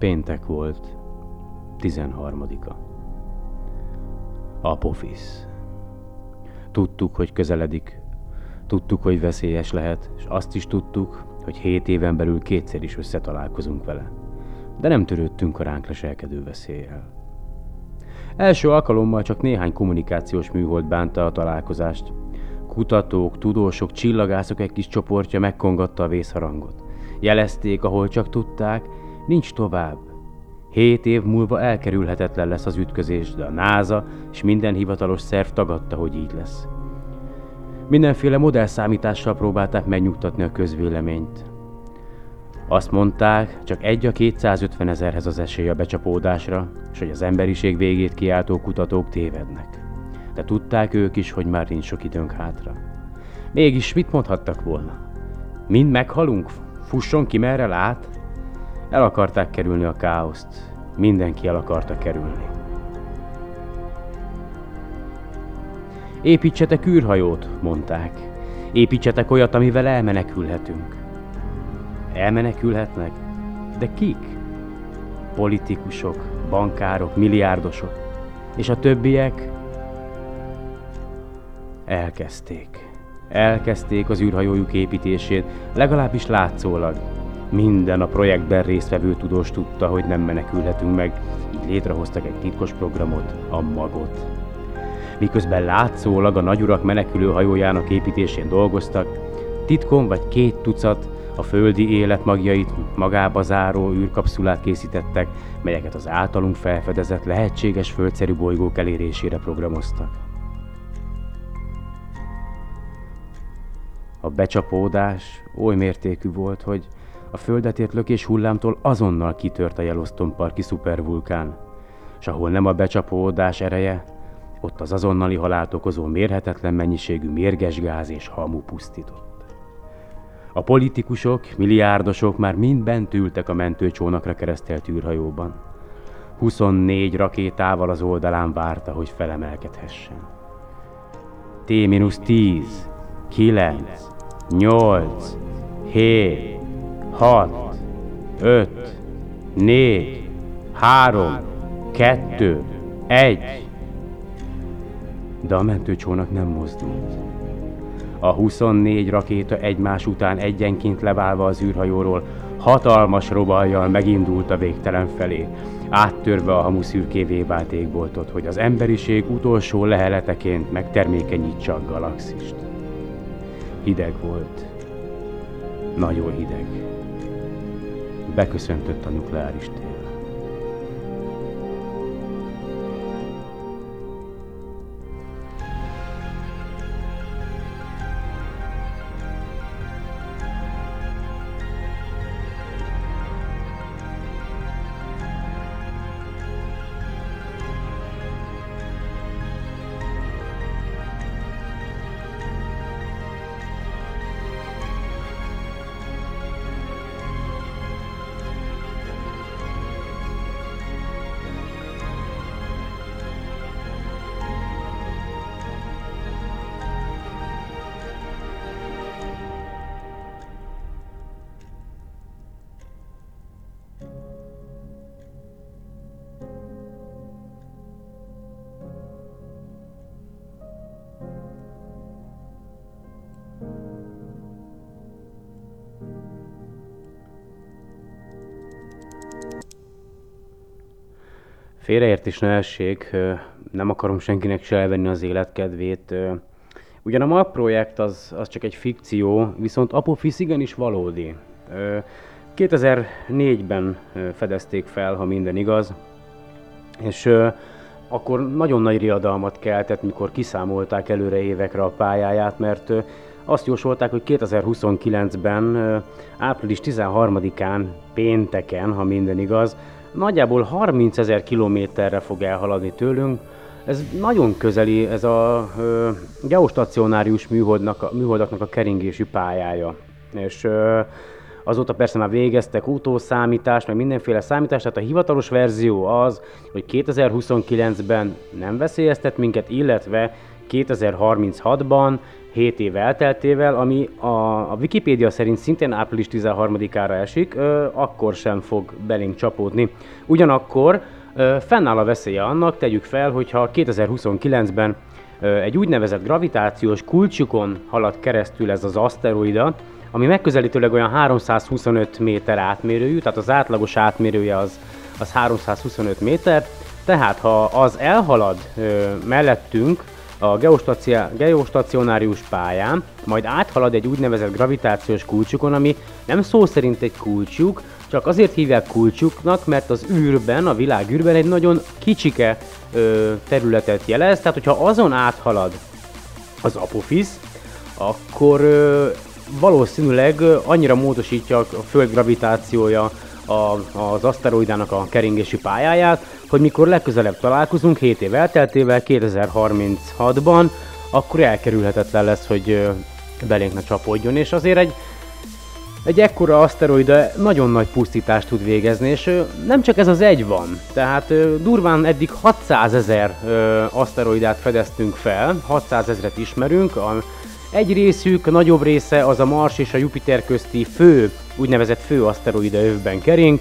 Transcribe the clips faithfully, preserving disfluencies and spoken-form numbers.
Péntek volt, tizenharmadika. Apophis. Tudtuk, hogy közeledik, tudtuk, hogy veszélyes lehet, és azt is tudtuk, hogy hét éven belül kétszer is összetalálkozunk vele. De nem törődtünk a ránk leselkedő veszéllyel. Első alkalommal csak néhány kommunikációs műhold bánta a találkozást. Kutatók, tudósok, csillagászok egy kis csoportja megkongatta a vészharangot. Jelezték, ahol csak tudták, nincs tovább. Hét év múlva elkerülhetetlen lesz az ütközés, de a NASA és minden hivatalos szerv tagadta, hogy így lesz. Mindenféle modellszámítással próbálták megnyugtatni a közvéleményt. Azt mondták, csak egy a kétszázötven ezerhez az esély a becsapódásra, és hogy az emberiség végét kiáltó kutatók tévednek. De tudták ők is, hogy már nincs sok időnk hátra. Mégis mit mondhattak volna? Mind meghalunk? Fusson ki, merre lát? El akarták kerülni a káoszt. Mindenki el akarta kerülni. Építsetek űrhajót, mondták. Építsetek olyat, amivel elmenekülhetünk. Elmenekülhetnek? De kik? Politikusok, bankárok, milliárdosok. És a többiek? Elkezdték. Elkezdték az űrhajójuk építését, legalábbis látszólag. Minden a projektben résztvevő tudós tudta, hogy nem menekülhetünk meg, így létrehoztak egy titkos programot, a magot. Miközben látszólag a nagyurak menekülő hajójának építésén dolgoztak, titkon vagy két tucat a földi élet magjait magába záró űrkapszulát készítettek, melyeket az általunk felfedezett lehetséges földszerű bolygók elérésére programoztak. A becsapódás oly mértékű volt, hogy a földet ért lökés hullámtól azonnal kitört a Yellowstone parki szupervulkán, s ahol nem a becsapódás ereje, ott az azonnali halált okozó mérhetetlen mennyiségű mérges gáz és hamu pusztított. A politikusok, milliárdosok már mind bent ültek a mentőcsónakra keresztelt űrhajóban. huszonnégy rakétával az oldalán várta, hogy felemelkedhessen. T tíz, kilenc, nyolc, hét, hat, öt, négy, három, kettő, egy. De a mentőcsónak nem mozdult. A huszonnégy rakéta egymás után egyenként leválva az űrhajóról hatalmas robajjal megindult a végtelen felé, áttörve a hamuszürkévé vált égboltot, hogy az emberiség utolsó leheleteként megtermékenyítse a galaxist. Hideg volt. Nagyon hideg. Beköszöntött a nukleáris tél. Félreértés ne essék, nem akarom senkinek se elvenni az életkedvét. Ugyan a MAG projekt az, az csak egy fikció, viszont Apophis igenis valódi. kétezer-négyben fedezték fel, ha minden igaz, és akkor nagyon nagy riadalmat keltett, mikor kiszámolták előre évekre a pályáját, mert azt jósolták, hogy kétezer-huszonkilencben, április tizenharmadikán, pénteken, ha minden igaz, nagyjából harmincezer kilométerre fog elhaladni tőlünk. Ez nagyon közeli, ez a ö, geostacionárius műholdnak, műholdaknak a keringési pályája. És ö, azóta persze már végeztek utószámítást, meg mindenféle számítást, tehát a hivatalos verzió az, hogy kétezer-huszonkilencben nem veszélyeztet minket, illetve kétezer-harminchatban hét év elteltével, ami a, a Wikipédia szerint szintén április tizenharmadikára esik, ö, akkor sem fog belénk csapódni. Ugyanakkor ö, fennáll a veszélye annak, tegyük fel, hogyha kétezer-huszonkilencben ö, egy úgynevezett gravitációs kulcsukon halad keresztül ez az aszteroida, ami megközelítőleg olyan háromszázhuszonöt méter átmérőjű, tehát az átlagos átmérője az, az háromszázhuszonöt méter, tehát ha az elhalad ö, mellettünk, a geostacionárius pályán, majd áthalad egy úgynevezett gravitációs kulcsukon, ami nem szó szerint egy kulcsuk, csak azért hívják kulcsuknak, mert az űrben, a világűrben egy nagyon kicsike ö, területet jelez, tehát hogyha azon áthalad az Apophis, akkor ö, valószínűleg ö, annyira módosítja a Föld gravitációja a, az aszteroidának a keringési pályáját, hogy mikor legközelebb találkozunk, hét év elteltével, kétezer-harminchatban, akkor elkerülhetetlen lesz, hogy belénk ne csapódjon, és azért egy, egy ekkora aszteroida nagyon nagy pusztítást tud végezni, és nem csak ez az egy van, tehát durván eddig hatszázezer aszteroidát fedeztünk fel, hatszázezret ismerünk, a, egy részük, a nagyobb része az a Mars és a Jupiter közti fő, úgynevezett fő aszteroida övben kering,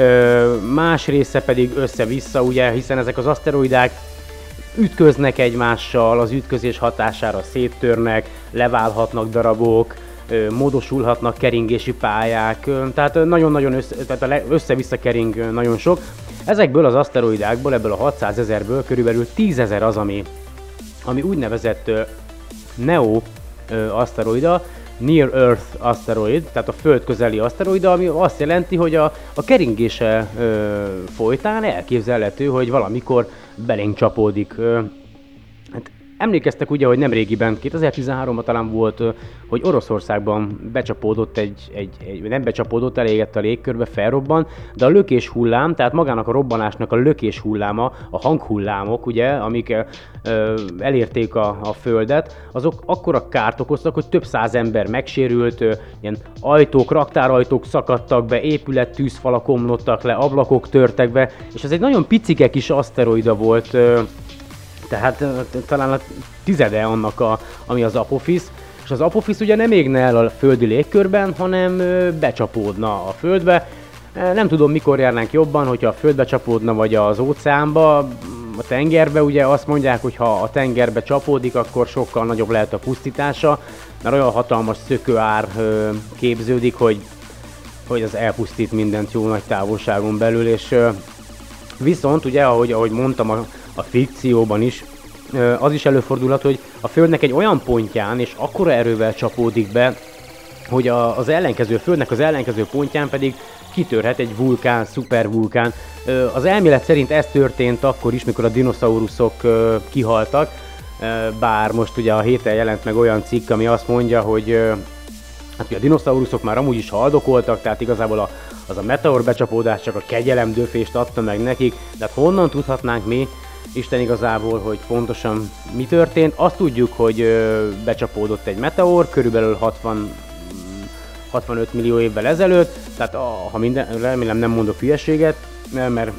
más része pedig össze-vissza, ugye, hiszen ezek az aszteroidák ütköznek egymással, az ütközés hatására széttörnek, leválhatnak darabok, módosulhatnak keringési pályák, tehát nagyon-nagyon össze, tehát össze-vissza kering nagyon sok. Ezekből az aszteroidákból, ebből a hatszázezerből körülbelül tízezer az, ami, ami úgynevezett NEO aszteroida, Near Earth Asteroid, tehát a Föld közeli aszteroida, ami azt jelenti, hogy a, a keringése ö, folytán elképzelhető, hogy valamikor belénk csapódik. Ö, hát emlékeztek ugye, hogy nemrégiben, kétezer-tizenháromban talán volt, ö, hogy Oroszországban becsapódott egy, egy, egy, nem becsapódott, elégett a légkörbe, felrobban, de a lökés hullám, tehát magának a robbanásnak a lökés hulláma, a hanghullámok, ugye, amik ö, elérték a, a Földet, azok akkora kárt okoztak, hogy több száz ember megsérült, ö, ilyen ajtók, raktárajtók szakadtak be, épület tűzfalak omlottak le, ablakok törtek be, és ez egy nagyon picike kis aszteroida volt, ö, tehát ö, talán a tizede annak, a, ami az Apophis, és az Apophis ugye nem égne el a földi légkörben, hanem ö, becsapódna a Földbe. Nem tudom, mikor járnánk jobban, hogyha a Földbe csapódna, vagy az óceánba, a tengerbe. Ugye azt mondják, hogy ha a tengerbe csapódik, akkor sokkal nagyobb lehet a pusztítása, mert olyan hatalmas szökőár ö, képződik, hogy, hogy az elpusztít mindent jó nagy távolságon belül, és ö, viszont ugye, ahogy, ahogy mondtam a, a fikcióban is, ö, az is előfordulhat, hogy a Földnek egy olyan pontján és akkora erővel csapódik be, hogy a, az ellenkező Földnek az ellenkező pontján pedig kitörhet egy vulkán, szupervulkán. Az elmélet szerint ez történt akkor is, mikor a dinoszauruszok kihaltak, bár most ugye a héten jelent meg olyan cikk, ami azt mondja, hogy hát, a dinoszauruszok már amúgy is haldokoltak, tehát igazából a, az a meteor becsapódás csak a kegyelemdöfést adta meg nekik, de hát honnan tudhatnánk mi, Isten igazából, hogy pontosan mi történt. Azt tudjuk, hogy becsapódott egy meteor, körülbelül hatvan hatvanöt millió évvel ezelőtt, tehát ha minden, remélem nem mondok hülyeséget, mert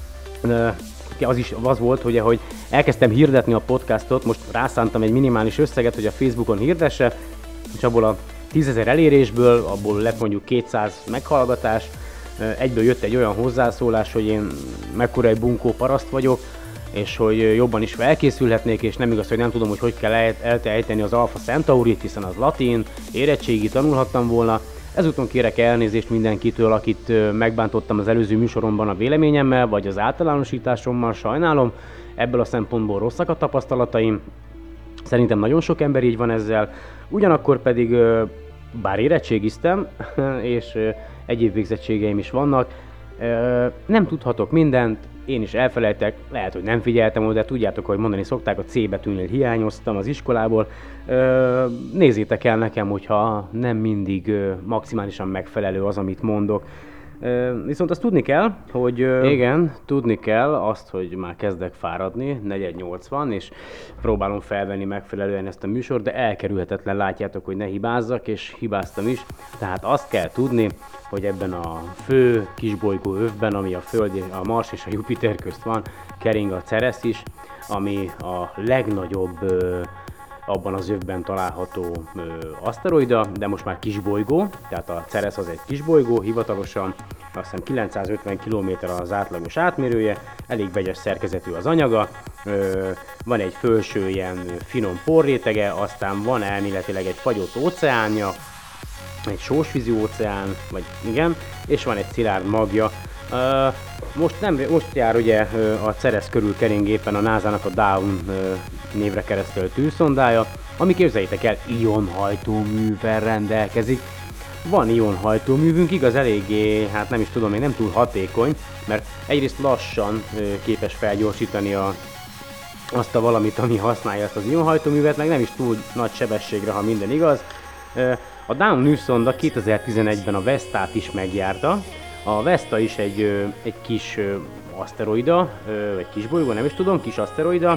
az is az volt, hogy, hogy elkezdtem hirdetni a podcastot, most rászántam egy minimális összeget, hogy a Facebookon hirdesse, és abból a tízezer elérésből, abból lett mondjuk kétszáz meghallgatás, egyből jött egy olyan hozzászólás, hogy én mekkora egy bunkó paraszt vagyok, és hogy jobban is felkészülhetnék, és nem igaz, hogy nem tudom, hogy hogy kell eltejteni az Alpha Centaurit, hiszen az latin, érettségi tanulhattam volna. Ezúton kérek elnézést mindenkitől, akit megbántottam az előző műsoromban a véleményemmel, vagy az általánosításommal, sajnálom. Ebből a szempontból rosszak a tapasztalataim. Szerintem nagyon sok ember így van ezzel. Ugyanakkor pedig, bár érettségiztem, és egyéb végzettségeim is vannak, nem tudhatok mindent, én is elfelejtek, lehet, hogy nem figyeltem oda, de tudjátok, hogy mondani szokták, a C betűnél hiányoztam az iskolából. Nézzétek el nekem, hogyha nem mindig maximálisan megfelelő az, amit mondok. Viszont azt tudni kell, hogy igen, tudni kell azt, hogy már kezdek fáradni, negyven nyolcvan, és próbálom felvenni megfelelően ezt a műsort, de elkerülhetetlen, látjátok, hogy ne hibázzak, és hibáztam is. Tehát azt kell tudni, hogy ebben a fő kisbolygó övben, ami a Föld, a Mars és a Jupiter közt van, kering a Ceres is, ami a legnagyobb abban az övben található ö, aszteroida, de most már kisbolygó, tehát a Ceres az egy kisbolygó, hivatalosan azt hiszem kilencszázötven kilométer az átlagos átmérője, elég vegyes szerkezetű az anyaga, ö, van egy felső ilyen finom porrétege, aztán van elméletileg egy fagyott óceánja, egy sósvízű óceán, vagy igen, és van egy szilárd magja. Uh, most, nem, most jár ugye uh, a Ceres körül kering éppen a nászának a Dawn uh, névre keresztelt űrszondája, ami képzeljétek el ionhajtóművel rendelkezik. Van ionhajtóművünk, igaz eléggé, hát nem is tudom, még nem túl hatékony, mert egyrészt lassan uh, képes felgyorsítani a, azt a valamit, ami használja ezt az ionhajtóművet, meg nem is túl nagy sebességre, ha minden igaz. Uh, a Dawn űrszonda kétezer-tizenegyben a Vestát is megjárta. A Vesta is egy, ö, egy kis ö, aszteroida, ö, vagy kisbolygó, nem is tudom, kis aszteroida.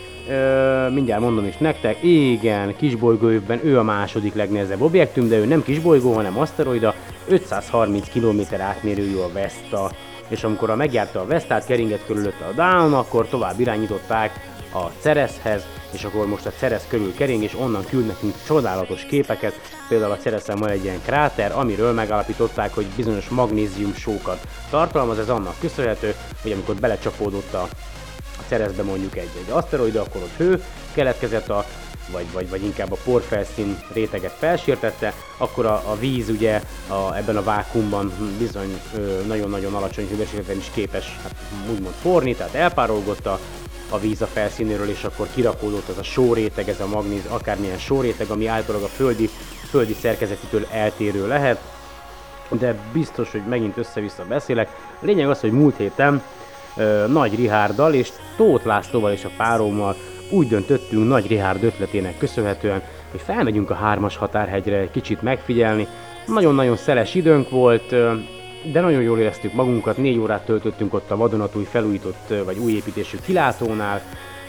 Ö, mindjárt mondom is nektek, igen, kisbolygóövben ő a második legnehezebb objektum, de ő nem kisbolygó, hanem aszteroida, ötszázharminc kilométer átmérőjű a Vesta. És amikor a megjárta a Vestát, keringett körülötte a Dawn, akkor tovább irányították a Cereshez, és akkor most a Ceres körül kering, és onnan küld nekünk csodálatos képeket. Például a Ceresen van egy ilyen kráter, amiről megállapították, hogy bizonyos magnézium sókat tartalmaz. Ez annak köszönhető, hogy amikor belecsapódott a, a Ceresbe mondjuk egy, egy aszteroida, akkor ott hő keletkezett, a, vagy, vagy, vagy inkább a porfelszín réteget felsértette, akkor a, a víz ugye a, ebben a vákuumban bizony ö, nagyon-nagyon alacsony hőmérsékleten is képes hát, úgymond forni, tehát elpárolgott a a víz a felszínéről, és akkor kirakódott az a sóréteg, ez a magnéz, akármilyen sóréteg, ami általában a földi, földi szerkezetitől eltérő lehet, de biztos, hogy megint össze-vissza beszélek. A lényeg az, hogy múlt héten ö, Nagy Richárddal és Tóth Lászlóval és a párommal úgy döntöttünk Nagy Richárd ötletének köszönhetően, hogy felmegyünk a hármas határhegyre egy kicsit megfigyelni. Nagyon-nagyon szeles időnk volt, ö, de nagyon jól éreztük magunkat, négy órát töltöttünk ott a vadonatúj felújított vagy új építésű kilátónál.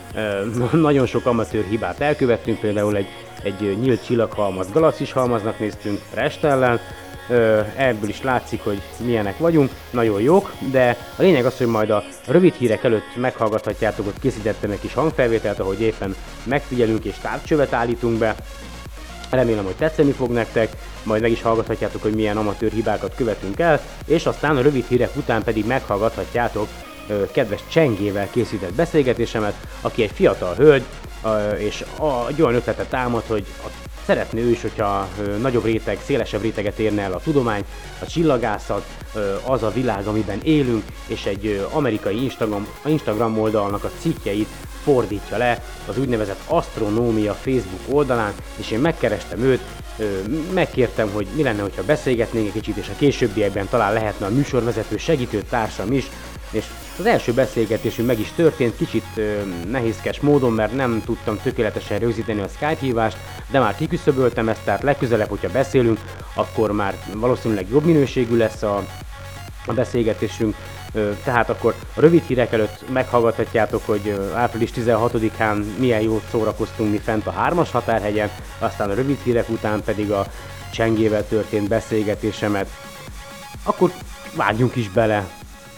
Nagyon sok amatőr hibát elkövettünk, például egy, egy nyílt csillaghalmaz, galaxis halmaznak néztünk Rest ellen. Ebből is látszik, hogy milyenek vagyunk, nagyon jók, de a lényeg az, hogy majd a rövid hírek előtt meghallgathatjátok, hogy készítettem egy kis hangfelvételt, ahogy éppen megfigyelünk és távcsövet állítunk be. Remélem, hogy tetszeni fog nektek, majd meg is hallgathatjátok, hogy milyen amatőr hibákat követünk el, és aztán a rövid hírek után pedig meghallgathatjátok ö, kedves Csengével készített beszélgetésemet, aki egy fiatal hölgy, ö, és a, egy olyan ötletet támad, hogy a, szeretné ő is, hogyha ö, nagyobb réteg, szélesebb réteget érne el a tudomány, a csillagászat, ö, az a világ, amiben élünk, és egy ö, amerikai Instagram, Instagram oldalnak a cikkjeit fordítja le az úgynevezett Asztronómia Facebook oldalán, és én megkerestem őt, megkértem, hogy mi lenne, hogyha beszélgetnénk egy kicsit, és a későbbiekben talán lehetne a műsorvezető segítő társam is, és az első beszélgetésünk meg is történt, kicsit nehézkes módon, mert nem tudtam tökéletesen rögzíteni a Skype hívást, de már kiküszöböltem ezt, tehát legközelebb, hogyha beszélünk, akkor már valószínűleg jobb minőségű lesz a, a beszélgetésünk. Tehát akkor a rövid hírek előtt meghallgathatjátok, hogy április tizenhatodikán milyen jót szórakoztunk mi fent a hármas határhegyen, aztán a rövid hírek után pedig a Csengével történt beszélgetésemet. Akkor vágjunk is bele!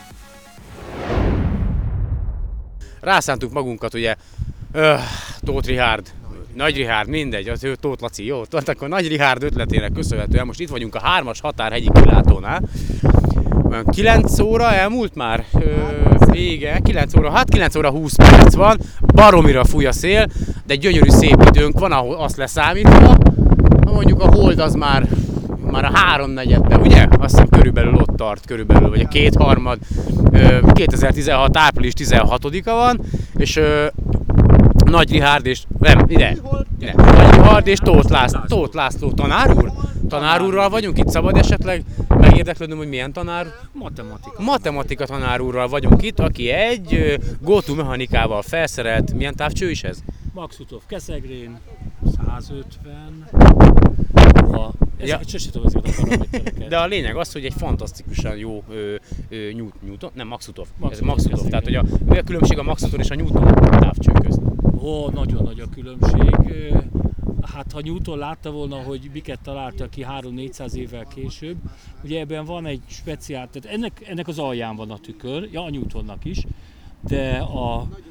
Rászántuk magunkat ugye, öh, Tóth Richárd, Nagy Richárd, mindegy, az ő Tóth Laci, jó, tehát akkor Nagy Richárd ötletének köszönhetően most itt vagyunk a hármas határhegyi kilátónál. kilenc óra elmúlt már, ö, igen, kilenc óra, hát kilenc óra húsz perc van, baromira fúj a szél, de gyönyörű szép időnk van, ahol azt leszámítva, mondjuk a hold az már, már a háromnegyedbe, ugye? Azt hiszem körülbelül ott tart, körülbelül, vagy a kétharmad, ö, kétezer-tizenhat április tizenhatodika van, és ö, Nagy Richárd és, nem, ide, ide, Nagy Richárd és Tóth László, Tóth László tanár úr? Tanár úrral vagyunk itt, szabad esetleg megérdeklődnöm, hogy milyen tanár? Matematika. Matematika tanár úrral vagyunk itt, aki egy GoTo mechanikával felszerelt, milyen távcső is ez? Maxutov Keszegrén, százötven. Ha, ezeket ja. Sose tudom ezeket a paramétereket. De a lényeg az, hogy egy fantasztikusan jó ö, ö, Newton, nem Maxutov, Maxutov ez Maxutov, tehát hogy a, mi a különbség a Maxutov és a Newton távcső közt? Ó, nagyon nagy a különbség. Hát ha Newton látta volna, hogy miket találta ki három-négyszáz évvel később, ugye ebben van egy speciál, tehát ennek, ennek az alján van a tükör, ja a Newtonnak is, de a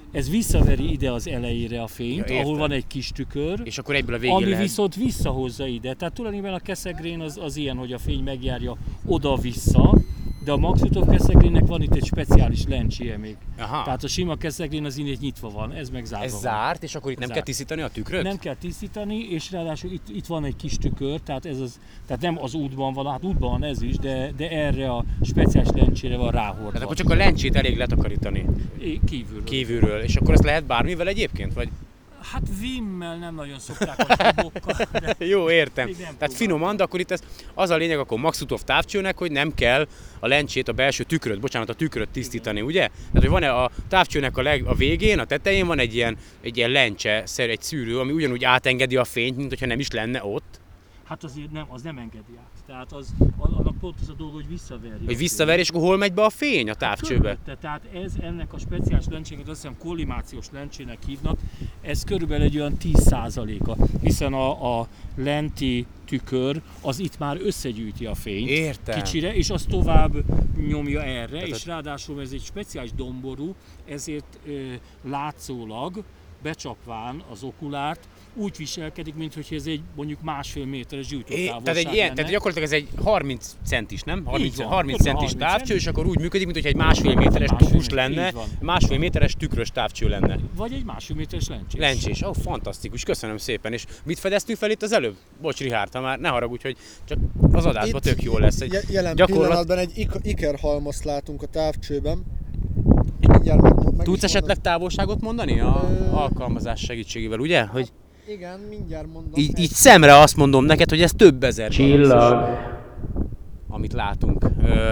ez visszaveri ide az elejére a fényt, Ja, ahol van egy kis tükör, És akkor egyből a végén ami lehet. viszont visszahozza ide. Tehát tulajdonképpen a keszegrén az, az ilyen, hogy a fény megjárja oda-vissza, de a Maxutov keszegrénnek van itt egy speciális lencséje még. Aha. Tehát a sima keszegrén az innét nyitva van, ez meg zárva Ez van. zárt, és akkor itt nem Zárt. kell tisztítani a tükröt? Nem kell tisztítani, és ráadásul itt, itt van egy kis tükör, tehát, ez az, tehát nem az útban van, hát útban van ez is, de, de erre a speciális lencsére van ráhordva. Tehát akkor csak a lencsét elég letakarítani É, kívülről. kívülről, és akkor ezt lehet bármivel egyébként? Vagy? Hát vimmel nem nagyon szokták a fogokkal, de Jó, értem. Még nem Tehát próbáltam. finoman, de akkor itt ez, az a lényeg akkor Maxutov távcsőnek, hogy nem kell a lencsét, a belső tükröt, bocsánat, a tükröt tisztítani, ugye? Tehát, hogy van a távcsőnek a, leg, a végén, a tetején van egy ilyen, egy ilyen lencse, szer, egy szűrő, ami ugyanúgy átengedi a fényt, mint hogyha nem is lenne ott. hát azért nem, az nem engedi át. Tehát az, annak pont az a dolog, hogy visszaverje. Hogy visszaver, és akkor hol megy be a fény a távcsőbe? Körülötte, tehát ez ennek a speciális lencsének, azt hiszem kollimációs lencsének hívnak, ez körülbelül egy olyan tíz százaléka, hiszen a, a lenti tükör az itt már összegyűjti a fényt Értem. kicsire, és az tovább nyomja erre, Tehát és ráadásul ez egy speciális domború, ezért ö, látszólag becsapván az okulárt úgy viselkedik, mintha ez egy mondjuk másfél méteres É, gyújtótávolság tehát egy ilyen, lenne. tehát gyakorlatilag ez egy harminc centis, nem? harminc, van, harminc körülbelül centis harminc távcső, és centis. akkor úgy működik, mintha egy másfél méteres Másfél tubus méter, lenne, így van. másfél méteres tükrös távcső lenne. Vagy egy másfél méteres lencsés. Lencsés, ó, oh, fantasztikus, köszönöm szépen. És mit fedeztünk fel itt az előbb? Bocs, Richárd, ha már ne haragudj, hogy csak az adásban tök jó lesz. Egy je- jelen gyakorlat- pillanatban egy ik- ikerhalmazt látunk a távcsőben. Mindjárt meg, meg Tudsz is esetleg távolságot mondani a Ö- alkalmazás segítségével, ugye? Hogy mondom. Igen, mindjárt mondom. így, Egy- így szemre azt mondom neked, hogy ez több ezer Csillag. galaxis, amit látunk. Ö,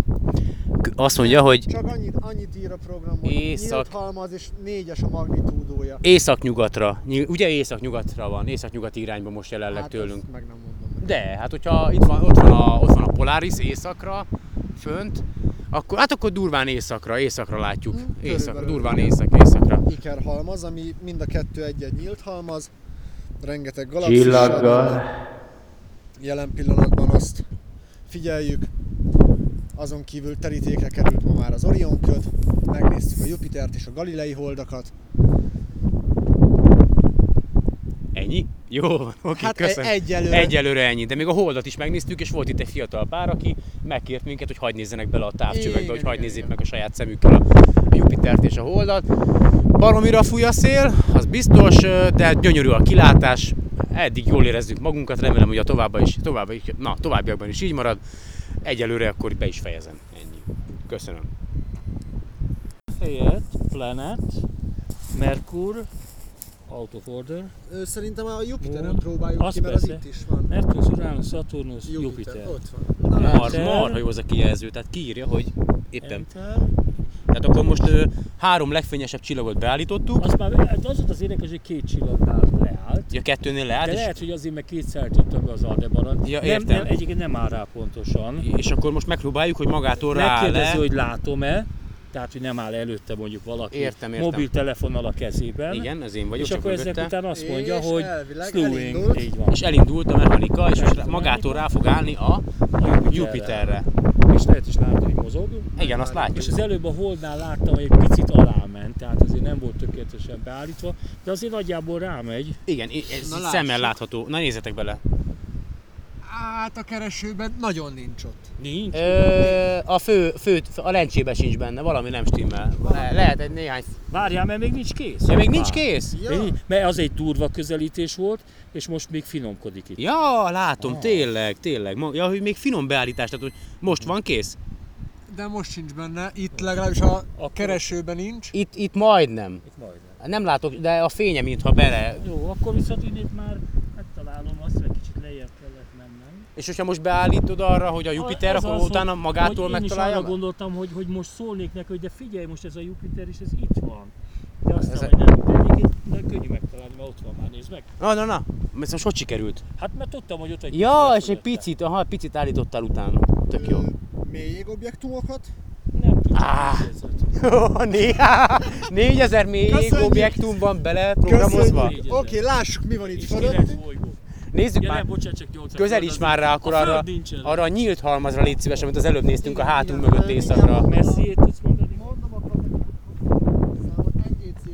k- azt mondja, hogy Csak annyit, annyit ír a program, hogy Észak- nyílt halmaz és négyes a magnitúdója. északnyugatra, Ny- ugye északnyugatra van, északnyugati irányba most jelenleg Hát tőlünk. ezt meg nem mondom. Meg. De, hát hogyha itt van, ott, van a, ott van a Polaris északra, fönt, akkor, hát akkor durván északra, északra látjuk. Mm, Észak, körülbelül. durván észak, északra. Ikerhalmaz, ami mind a kettő egy-egy nyílt halmaz. Rengeteg galaxis. Csillaggal. Jelen pillanatban azt figyeljük. Azon kívül terítékre került ma már az Orion köd. Megnéztük a Jupitert és a Galilei holdakat. Ennyi? Jó van, oké, Hát köszönöm. e- egyelőre. Egyelőre ennyi, de még a holdat is megnéztük, és volt itt egy fiatal pár, aki megkért minket, hogy hagyd nézzenek bele a távcsövekbe, Igen, hogy hagyd igen, nézzék igen. meg a saját szemükkel a a Jupitert és a holdat. Baromira fúj a szél, az biztos, de gyönyörű a kilátás. Eddig jól érezzük magunkat, remélem, hogy a továbbá is, továbbá is, na, továbbiakban is így marad. Egyelőre akkor be is fejezem. Ennyi. Köszönöm. Helyett Planet, Merkur, out of order, Ö, Szerintem a Jupiteren Moon. próbáljuk Az ki, mert az persze. itt is van. Merkus, Uranus, Saturnus, Jupiter. Jupiter. Ott van. Na, Enter. Mar, marha jó az a kijelző, tehát kiírja, hogy éppen. Enter. Tehát akkor most ö, három legfényesebb csillagot beállítottuk, Az már az volt az érdekes, hogy két csillagnál leállt. ja, kettőnél leállt, De és, lehet, hogy azért meg kétszer állítottam be az Aldebaran. Ja, nem, értem. nem, egyébként nem áll rá pontosan. és akkor most megpróbáljuk, hogy magától rááll-e. Megkérdezi, hogy látom-e, tehát hogy nem áll előtte mondjuk valaki Értem, értem. mobiltelefonnal a kezében. Igen, ez én vagyok, És csak akkor ezek mögötte. után azt mondja, És hogy elvileg slewing, elindult. így van. És elindult a mechanika, és most Elindult a magától mechanika. rá fog állni a A Jupiterre. És lehet is látni, hogy mozog. Igen, azt látjuk. És az előbb a Holdnál láttam, hogy egy picit aláment, tehát azért nem volt tökéletesen beállítva, de azért nagyjából rámegy. Igen, i- ez Na, így lássuk. szemmel látható. Na nézzetek bele. Hát a keresőben nagyon nincs ott. Nincs. Ö, a fő, fő, a lencsébe sincs benne, valami nem stimmel. Le, lehet egy néhány... Várjál, mert még nincs kész. Ja, még nincs Vár. kész? Ja. Még- Mert az egy durva közelítés volt, és most még finomkodik itt. Ja, látom, Ah. tényleg, tényleg. Ma- Ja, hogy még finom beállítás, tehát hogy most van kész? De most sincs benne. Itt legalábbis a keresőben nincs. Itt, itt majdnem. Itt majdnem. Nem látok, de a fénye mintha bele. Jó, akkor viszont innét már megtalálom azt, hogy kicsit lejjebb kellett mennem. És hogyha most beállítod arra, hogy a Jupiter, Ez akkor az, utána hogy- magától hogy én is megtalálja? arra gondoltam, hogy, hogy most szólnék neki, hogy de figyelj, most ez a Jupiter és ez itt van. De aztán, Ez- hogy nem, de egyébként de könnyű megtalálni, mert ott van már, nézd meg. Na, na, na. Ez most hogy sikerült? Hát mert tudtam, hogy ott egy Ja, kicsit és egy lefölötte. picit, aha, picit állítottál utána. Tök jó. Ö, Mélyég objektumokat. Nem tudom, Áh. hogy ez Né- négyezer mélyég Köszönjük. objektum van beleprogramozva. Köszönjük. Oké, lássuk mi van itt És fölött. életbolygó. Nézzük Ja, már, nem, bocsánat, csak nyolc. közelíts már rá akkor a arra, Föld nincsen. arra a nyílt halmazra, légy szíves, amit az előbb néztünk a hátunk Igen, mögött igen. északra. Messziét tudsz mondani? Mondom a számot, N G C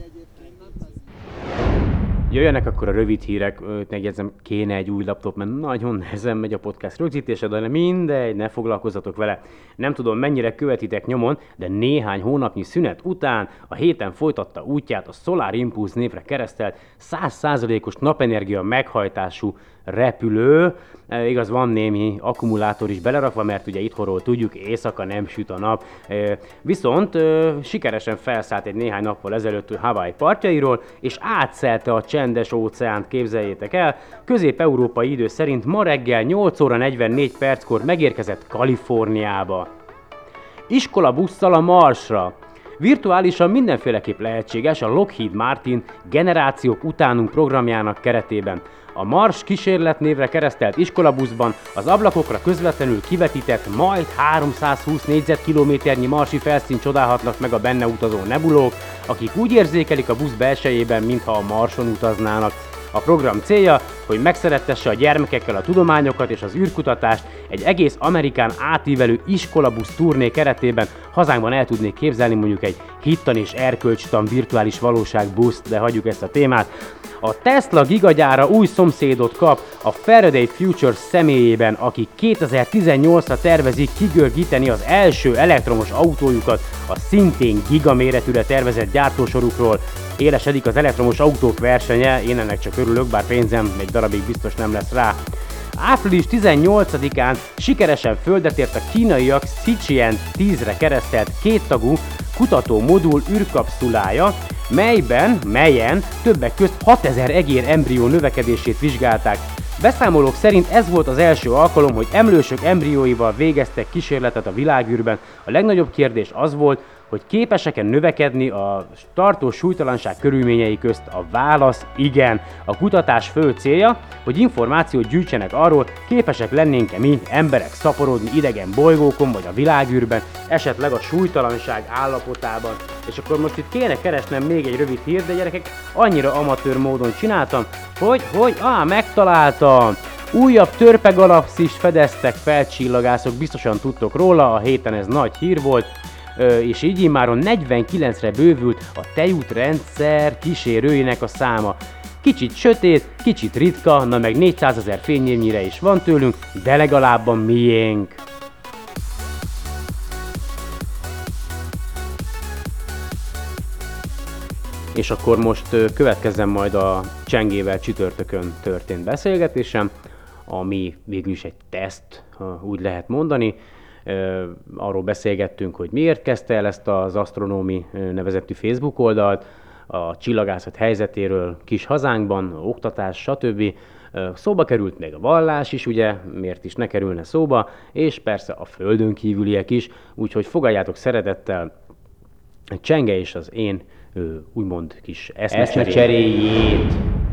jöjjenek akkor a rövid hírek, megjegyzem, kéne egy új laptop, mert nagyon nehezen megy a podcast rögzítése, de mindegy, ne foglalkozzatok vele. Nem tudom, mennyire követitek nyomon, de néhány hónapnyi szünet után a héten folytatta útját a Solar Impulse névre keresztelt száz százalékos napenergia meghajtású repülő. E, igaz, van némi akkumulátor is belerakva, mert ugye itthonról tudjuk, éjszaka nem süt a nap. E, viszont e, sikeresen felszállt egy néhány nappal ezelőtt Hawaii partjairól, és átszelte a csendes óceánt, képzeljétek el. Közép-európai idő szerint ma reggel nyolc óra negyvennégy perckor megérkezett Kaliforniába. Iskolabusszal a Marsra. Virtuálisan mindenféleképp lehetséges a Lockheed Martin Generációk utánunk programjának keretében. A Mars kísérlet névre keresztelt iskolabuszban az ablakokra közvetlenül kivetített majd háromszázhúsz négyzetkilométernyi marsi felszínt csodálhatnak meg a benne utazó nebulók, akik úgy érzékelik a busz belsejében, mintha a Marson utaznának. A program célja, hogy megszerettesse a gyermekekkel a tudományokat és az űrkutatást egy egész Amerikán átívelő iskolabusz turné keretében. Hazánkban el tudnék képzelni mondjuk egy hittan és erkölcstan virtuális valóságbuszt, de hagyjuk ezt a témát. A Tesla gigagyára új szomszédot kap a Faraday Future személyében, akik kétezer-tizennyolcra tervezik kigörgíteni az első elektromos autójukat a szintén gigaméretűre tervezett gyártósorukról. Élesedik az elektromos autók versenye, én ennek csak örülök, bár pénzem egy darabig biztos nem lesz rá. április tizennyolcadikán sikeresen földet ért a kínaiak Shijian tízre keresztelt kéttagú kutatómodul űrkapszulája, melyben, melyen többek közt hatezer egér embrió növekedését vizsgálták. Beszámolók szerint ez volt az első alkalom, hogy emlősök embrióival végeztek kísérletet a világűrben. A legnagyobb kérdés az volt, hogy képesek-e növekedni a tartós súlytalanság körülményei közt. A válasz igen. A kutatás fő célja, hogy információt gyűjtsenek arról, képesek lennénk-e mi, emberek szaporodni idegen bolygókon vagy a világűrben, esetleg a súlytalanság állapotában. És akkor most itt kéne keresnem még egy rövid hír, de gyerekek, annyira amatőr módon csináltam, hogy, hogy, á, megtaláltam! Újabb törpegalaxist fedeztek fel csillagászok, biztosan tudtok róla, a héten ez nagy hír volt. És így immáron negyvenkilencre bővült a tejútrendszer kísérőinek a száma. Kicsit sötét, kicsit ritka, na meg négyszázezer fényévnyire is van tőlünk, de legalább a miénk. És akkor most következzen majd a Csengével csütörtökön történt beszélgetésem, ami végül is egy teszt, úgy lehet mondani. Arról beszélgettünk, hogy miért kezdte el ezt az Astronomy nevezetű Facebook oldalt, a csillagászat helyzetéről kis hazánkban, oktatás, stb. Szóba került még a vallás is, ugye, miért is ne kerülne szóba, és persze a földön kívüliek is, úgyhogy fogadjátok szeretettel Csenge és az én úgymond kis eszmecseréjét.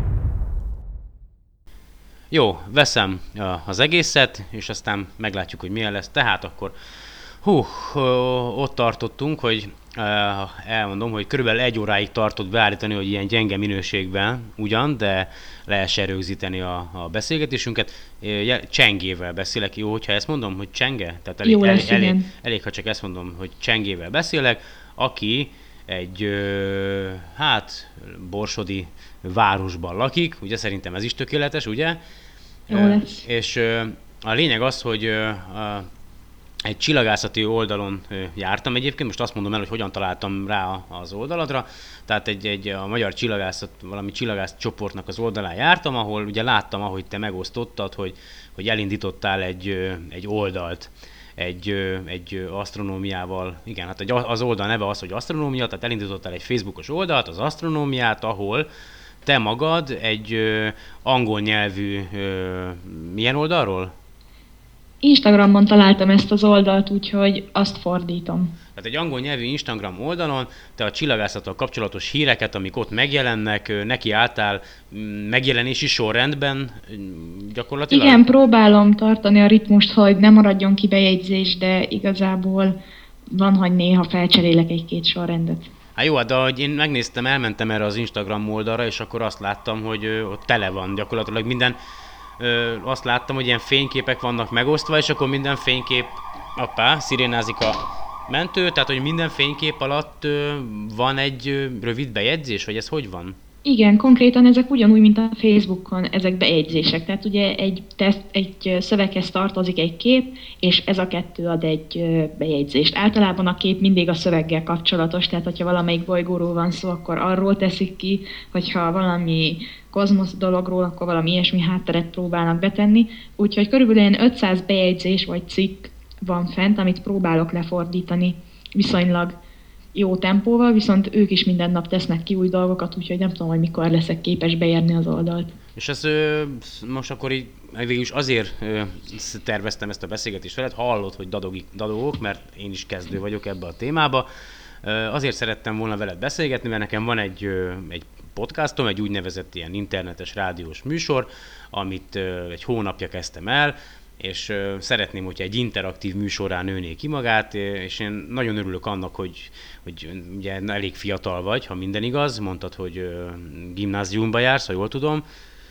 Jó, veszem az egészet, és aztán meglátjuk, hogy milyen lesz. Tehát akkor, hú, ott tartottunk, hogy elmondom, hogy körülbelül egy óráig tartott beállítani, hogy ilyen gyenge minőségben ugyan, de lehessen rögzíteni a, a beszélgetésünket. Csengével beszélek, jó, hogyha ezt mondom, hogy Csenge? Tehát elég, jó lesz, elég, elég, elég, ha csak ezt mondom, hogy Csengével beszélek, aki egy, hát, borsodi városban lakik, ugye szerintem ez is tökéletes, ugye? Jó lesz. És a lényeg az, hogy egy csillagászati oldalon jártam egyébként, most azt mondom el, hogy hogyan találtam rá az oldaladra, tehát egy, egy a magyar csillagászat, valami csillagász csoportnak az oldalán jártam, ahol ugye láttam, ahogy te megosztottad, hogy, hogy elindítottál egy, egy oldalt, egy, egy asztronómiával, igen, hát az oldal neve az, hogy asztronómia, tehát elindítottál egy Facebookos oldalt, az asztronómiát, ahol te magad egy ö, angol nyelvű, ö, milyen oldalról? Instagramon találtam ezt az oldalt, úgyhogy azt fordítom. Tehát egy angol nyelvű Instagram oldalon te a csillagászattal kapcsolatos híreket, amik ott megjelennek, neki álltál megjelenési sorrendben gyakorlatilag? Igen, próbálom tartani a ritmust, hogy ne maradjon ki bejegyzés, de igazából van, hogy néha felcserélek egy-két sorrendet. Hát jó, de ahogy én megnéztem, elmentem erre az Instagram oldalra, és akkor azt láttam, hogy ö, ott tele van gyakorlatilag minden. Ö, azt láttam, hogy ilyen fényképek vannak megosztva, és akkor minden fénykép, appá, szirénázik a mentő, tehát hogy minden fénykép alatt ö, van egy ö, rövid bejegyzés, vagy ez hogy van? Igen, konkrétan ezek ugyanúgy, mint a Facebookon, ezek bejegyzések. Tehát ugye egy, teszt, egy szöveghez tartozik egy kép, és ez a kettő ad egy bejegyzést. Általában a kép mindig a szöveggel kapcsolatos, tehát hogyha valamelyik bolygóról van szó, akkor arról teszik ki, hogyha valami kozmosz dologról, akkor valami ilyesmi hátteret próbálnak betenni. Úgyhogy körülbelül ilyen ötszáz bejegyzés vagy cikk van fent, amit próbálok lefordítani viszonylag jó tempóval, viszont ők is minden nap tesznek ki új dolgokat, úgyhogy nem tudom, hogy mikor leszek képes beérni az oldalt. És ez ö, most akkor így végül is azért ö, terveztem ezt a beszélgetést veled, hallod, hogy dadogik, dadogok, mert én is kezdő vagyok ebbe a témába. Ö, azért szerettem volna veled beszélgetni, mert nekem van egy, ö, egy podcastom, egy úgynevezett ilyen internetes rádiós műsor, amit ö, egy hónapja kezdtem el, és uh, szeretném, hogyha egy interaktív műsorrá nőné ki magát, és én nagyon örülök annak, hogy, hogy ugye elég fiatal vagy, ha minden igaz, mondtad, hogy uh, gimnáziumba jársz, ha jól tudom,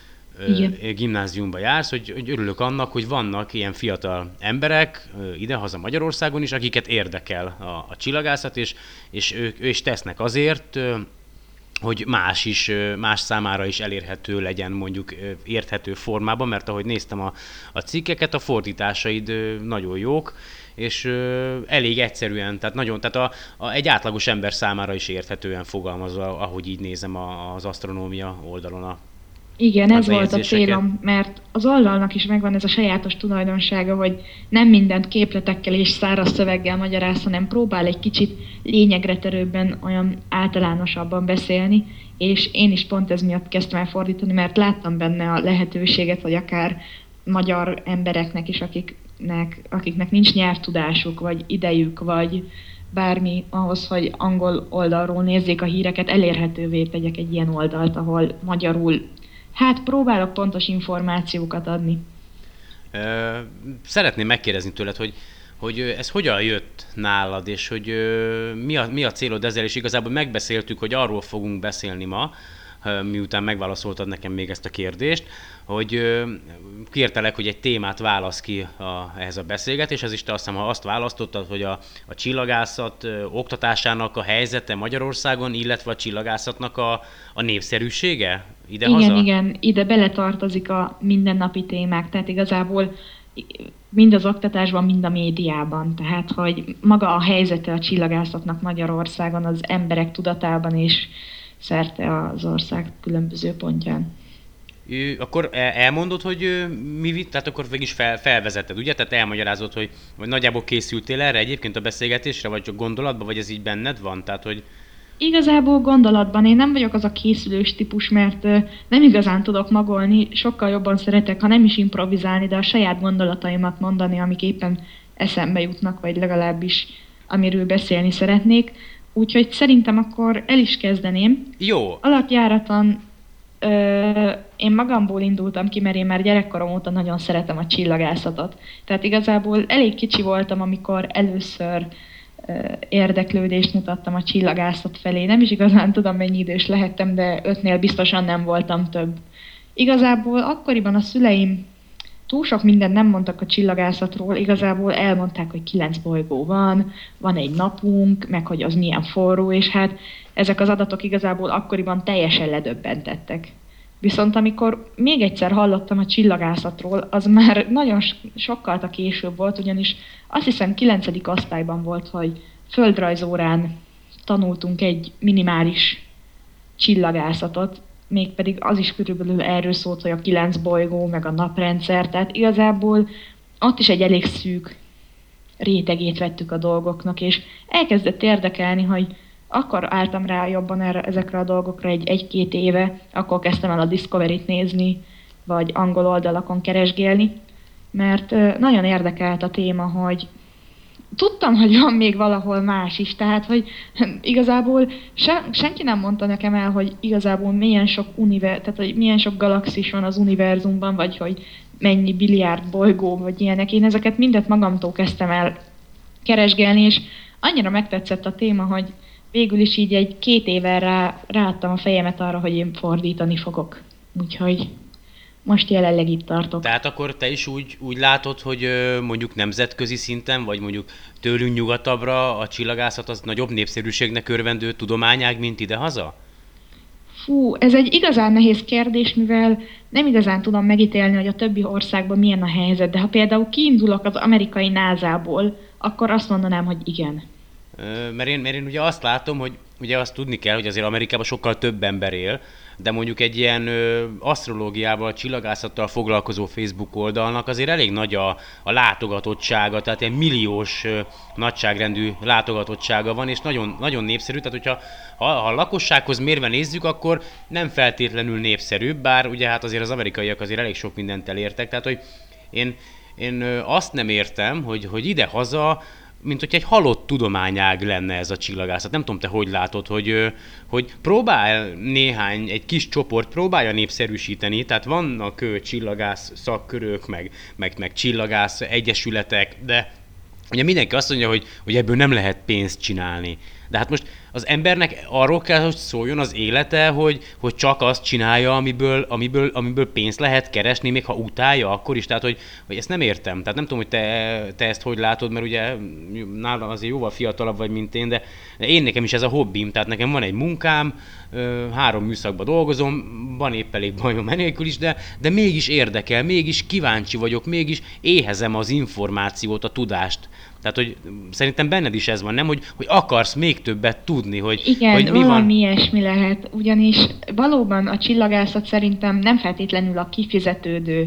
uh, gimnáziumba jársz, hogy, hogy örülök annak, hogy vannak ilyen fiatal emberek uh, idehaza Magyarországon is, akiket érdekel a, a csillagászat, és, és ők és tesznek azért, uh, hogy más is, más számára is elérhető legyen mondjuk érthető formában, mert ahogy néztem a, a cikkeket, a fordításaid nagyon jók, és elég egyszerűen, tehát, nagyon, tehát a, a, egy átlagos ember számára is érthetően fogalmazva, ahogy így nézem a, az asztronómia oldalon a Igen, ez volt a célom, mert az oldalnak is megvan ez a sajátos tulajdonsága, hogy nem mindent képletekkel és száraz szöveggel magyaráz, hanem próbál egy kicsit lényegre törőbben, olyan általánosabban beszélni, és én is pont ez miatt kezdtem el fordítani, mert láttam benne a lehetőséget, hogy akár magyar embereknek is, akiknek, akiknek nincs nyelvtudásuk, vagy idejük, vagy bármi ahhoz, hogy angol oldalról nézzék a híreket, elérhetővé tegyek egy ilyen oldalt, ahol magyarul hát próbálok pontos információkat adni. Szeretném megkérdezni tőled, hogy, hogy ez hogyan jött nálad, és hogy mi a, mi a célod ezzel, és igazából megbeszéltük, hogy arról fogunk beszélni ma, miután megválaszoltad nekem még ezt a kérdést, hogy kértelek, hogy egy témát válasz ki a, ehhez a beszélgetéshez, és te azt hiszem, ha azt választottad, hogy a, a csillagászat ö, oktatásának a helyzete Magyarországon, illetve a csillagászatnak a, a népszerűsége ide-haza? Igen, igen, ide beletartozik a mindennapi témák, tehát igazából mind az oktatásban, mind a médiában. Tehát, hogy maga a helyzete a csillagászatnak Magyarországon az emberek tudatában és szerte az ország különböző pontján. Akkor elmondod, hogy mi, tehát akkor végig is fel, felvezetted, ugye? Tehát elmagyarázod, hogy vagy nagyjából készültél erre egyébként a beszélgetésre, vagy csak gondolatban, vagy ez így benned van? Tehát, hogy... Igazából gondolatban én nem vagyok az a készülős típus, mert nem igazán tudok magolni, sokkal jobban szeretek, ha nem is improvizálni, de a saját gondolataimat mondani, amik éppen eszembe jutnak, vagy legalábbis amiről beszélni szeretnék. Úgyhogy szerintem akkor el is kezdeném. Jó. Alapjáraton ö, én magamból indultam ki, mert én már gyerekkorom óta nagyon szeretem a csillagászatot. Tehát igazából elég kicsi voltam, amikor először ö, érdeklődést mutattam a csillagászat felé. Nem is igazán tudom, mennyi idős lehettem, de ötnél biztosan nem voltam több. Igazából akkoriban a szüleim túl sok mindent nem mondtak a csillagászatról, igazából elmondták, hogy kilenc bolygó van, van egy napunk, meg hogy az milyen forró, és hát ezek az adatok igazából akkoriban teljesen ledöbbentettek. Viszont amikor még egyszer hallottam a csillagászatról, az már nagyon sokkal a később volt, ugyanis azt hiszem kilencedik osztályban volt, hogy földrajzórán tanultunk egy minimális csillagászatot, mégpedig az is körülbelül erről szólt, hogy a kilenc bolygó, meg a naprendszer, tehát igazából ott is egy elég szűk rétegét vettük a dolgoknak, és elkezdett érdekelni, hogy akkor álltam rá jobban erre, ezekre a dolgokra egy egy-két éve, akkor kezdtem el a Discovery-t nézni, vagy angol oldalakon keresgélni, mert nagyon érdekelt a téma, hogy tudtam, hogy van még valahol más is, tehát, hogy igazából se, senki nem mondta nekem el, hogy igazából milyen sok univer, tehát, hogy milyen sok galaxis van az univerzumban, vagy hogy mennyi biliárd bolygó, vagy ilyenek. Én ezeket mindet magamtól kezdtem el keresgélni, és annyira megtetszett a téma, hogy végül is így egy két éve rá, ráadtam a fejemet arra, hogy én fordítani fogok. Úgyhogy most jelenleg itt tartok. Tehát akkor te is úgy, úgy látod, hogy mondjuk nemzetközi szinten, vagy mondjuk tőlünk nyugatabbra a csillagászat az nagyobb népszerűségnek örvendő tudományág, mint idehaza? Fú, ez egy igazán nehéz kérdés, mivel nem igazán tudom megítélni, hogy a többi országban milyen a helyzet, de ha például kiindulok az amerikai nászából, akkor azt mondanám, hogy igen. Ö, Mert én, mert én ugye azt látom, hogy ugye azt tudni kell, hogy azért Amerikában sokkal több ember él, de mondjuk egy ilyen ö, asztrológiával, csillagászattal foglalkozó Facebook oldalnak azért elég nagy a, a látogatottsága, tehát ilyen milliós ö, nagyságrendű látogatottsága van, és nagyon, nagyon népszerű, tehát hogyha ha, ha a lakossághoz mérve nézzük, akkor nem feltétlenül népszerű, bár ugye hát azért az amerikaiak azért elég sok mindent elértek, tehát hogy én, én ö, azt nem értem, hogy, hogy ide-haza mint hogy egy halott tudományág lenne ez a csillagászat. Nem tudom, te hogy látod, hogy, ö, hogy próbál néhány, egy kis csoport próbálja népszerűsíteni, tehát vannak ö, csillagász szakkörök, meg, meg, meg csillagász egyesületek, de ugye mindenki azt mondja, hogy, hogy ebből nem lehet pénzt csinálni. De hát most az embernek arról kell, hogy szóljon az élete, hogy, hogy csak azt csinálja, amiből, amiből, amiből pénzt lehet keresni, még ha utálja, akkor is. Tehát, hogy, hogy ezt nem értem. Tehát nem tudom, hogy te, te ezt hogy látod, mert ugye nálam azért jóval fiatalabb vagy, mint én, de én nekem is ez a hobbim. Tehát nekem van egy munkám, három műszakban dolgozom, van épp elég bajom enélkül is, de, de mégis érdekel, mégis kíváncsi vagyok, mégis éhezem az információt, a tudást. Tehát, hogy szerintem benned is ez van, nem? Hogy, hogy akarsz még többet tudni, hogy, Igen, hogy mi valami van. ilyesmi lehet, ugyanis valóban a csillagászat szerintem nem feltétlenül a kifizetődő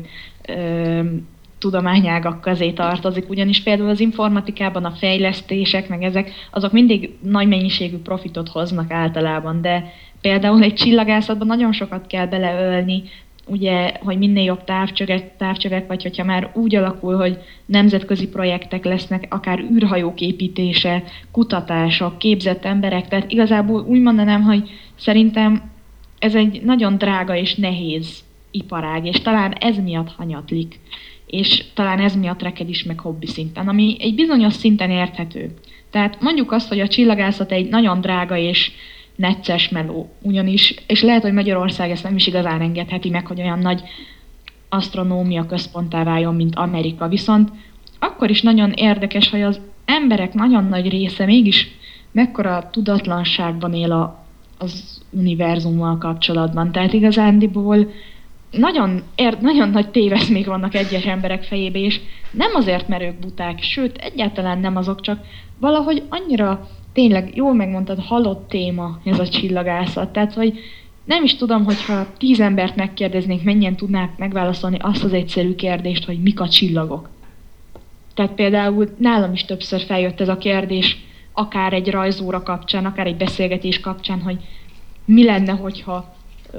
ö, tudományágak közé tartozik, ugyanis például az informatikában a fejlesztések, meg ezek, azok mindig nagy mennyiségű profitot hoznak általában, de például egy csillagászatban nagyon sokat kell beleölni, ugye, hogy minél jobb távcsövek, távcsövek, vagy hogyha már úgy alakul, hogy nemzetközi projektek lesznek, akár űrhajók építése, kutatások, képzett emberek, tehát igazából úgy mondanám, hogy szerintem ez egy nagyon drága és nehéz iparág, és talán ez miatt hanyatlik, és talán ez miatt reked is meg hobbi szinten, ami egy bizonyos szinten érthető. Tehát mondjuk azt, hogy a csillagászat egy nagyon drága és necces meló, ugyanis, és lehet, hogy Magyarország ezt nem is igazán engedheti meg, hogy olyan nagy asztronómia központtá váljon, mint Amerika. Viszont akkor is nagyon érdekes, hogy az emberek nagyon nagy része mégis mekkora tudatlanságban él a, az univerzummal kapcsolatban. Tehát igazándiból nagyon, ér, nagyon nagy téveszmék vannak egyes emberek fejébe, és nem azért, mert ők buták, sőt, egyáltalán nem azok, csak valahogy annyira tényleg, jól megmondtad, halott téma ez a csillagászat. Tehát, hogy nem is tudom, hogyha tíz embert megkérdeznék, mennyien tudnák megválaszolni azt az egyszerű kérdést, hogy mik a csillagok. Tehát például nálam is többször feljött ez a kérdés, akár egy rajzóra kapcsán, akár egy beszélgetés kapcsán, hogy mi lenne, hogyha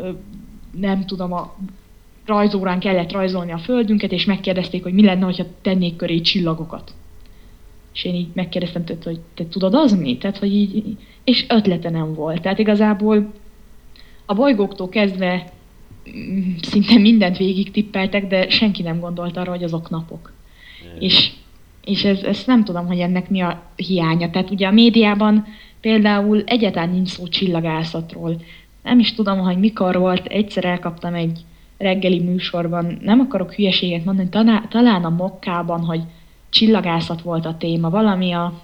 nem tudom, a rajzórán kellett rajzolni a földünket, és megkérdezték, hogy mi lenne, hogyha tennék köré csillagokat. És én így megkérdeztem tőle, hogy te tudod az mi? Tehát, hogy így, és ötlete nem volt. Tehát igazából a bolygóktól kezdve szinte mindent végig tippeltek, de senki nem gondolt arra, hogy azok napok. Mm. És, és ez, ez nem tudom, hogy ennek mi a hiánya. Tehát ugye a médiában például egyáltalán nincs szó csillagászatról. Nem is tudom, hogy mikor volt, egyszer elkaptam egy reggeli műsorban, nem akarok hülyeséget mondani, talán, talán a Mokkában, hogy csillagászat volt a téma, valami a,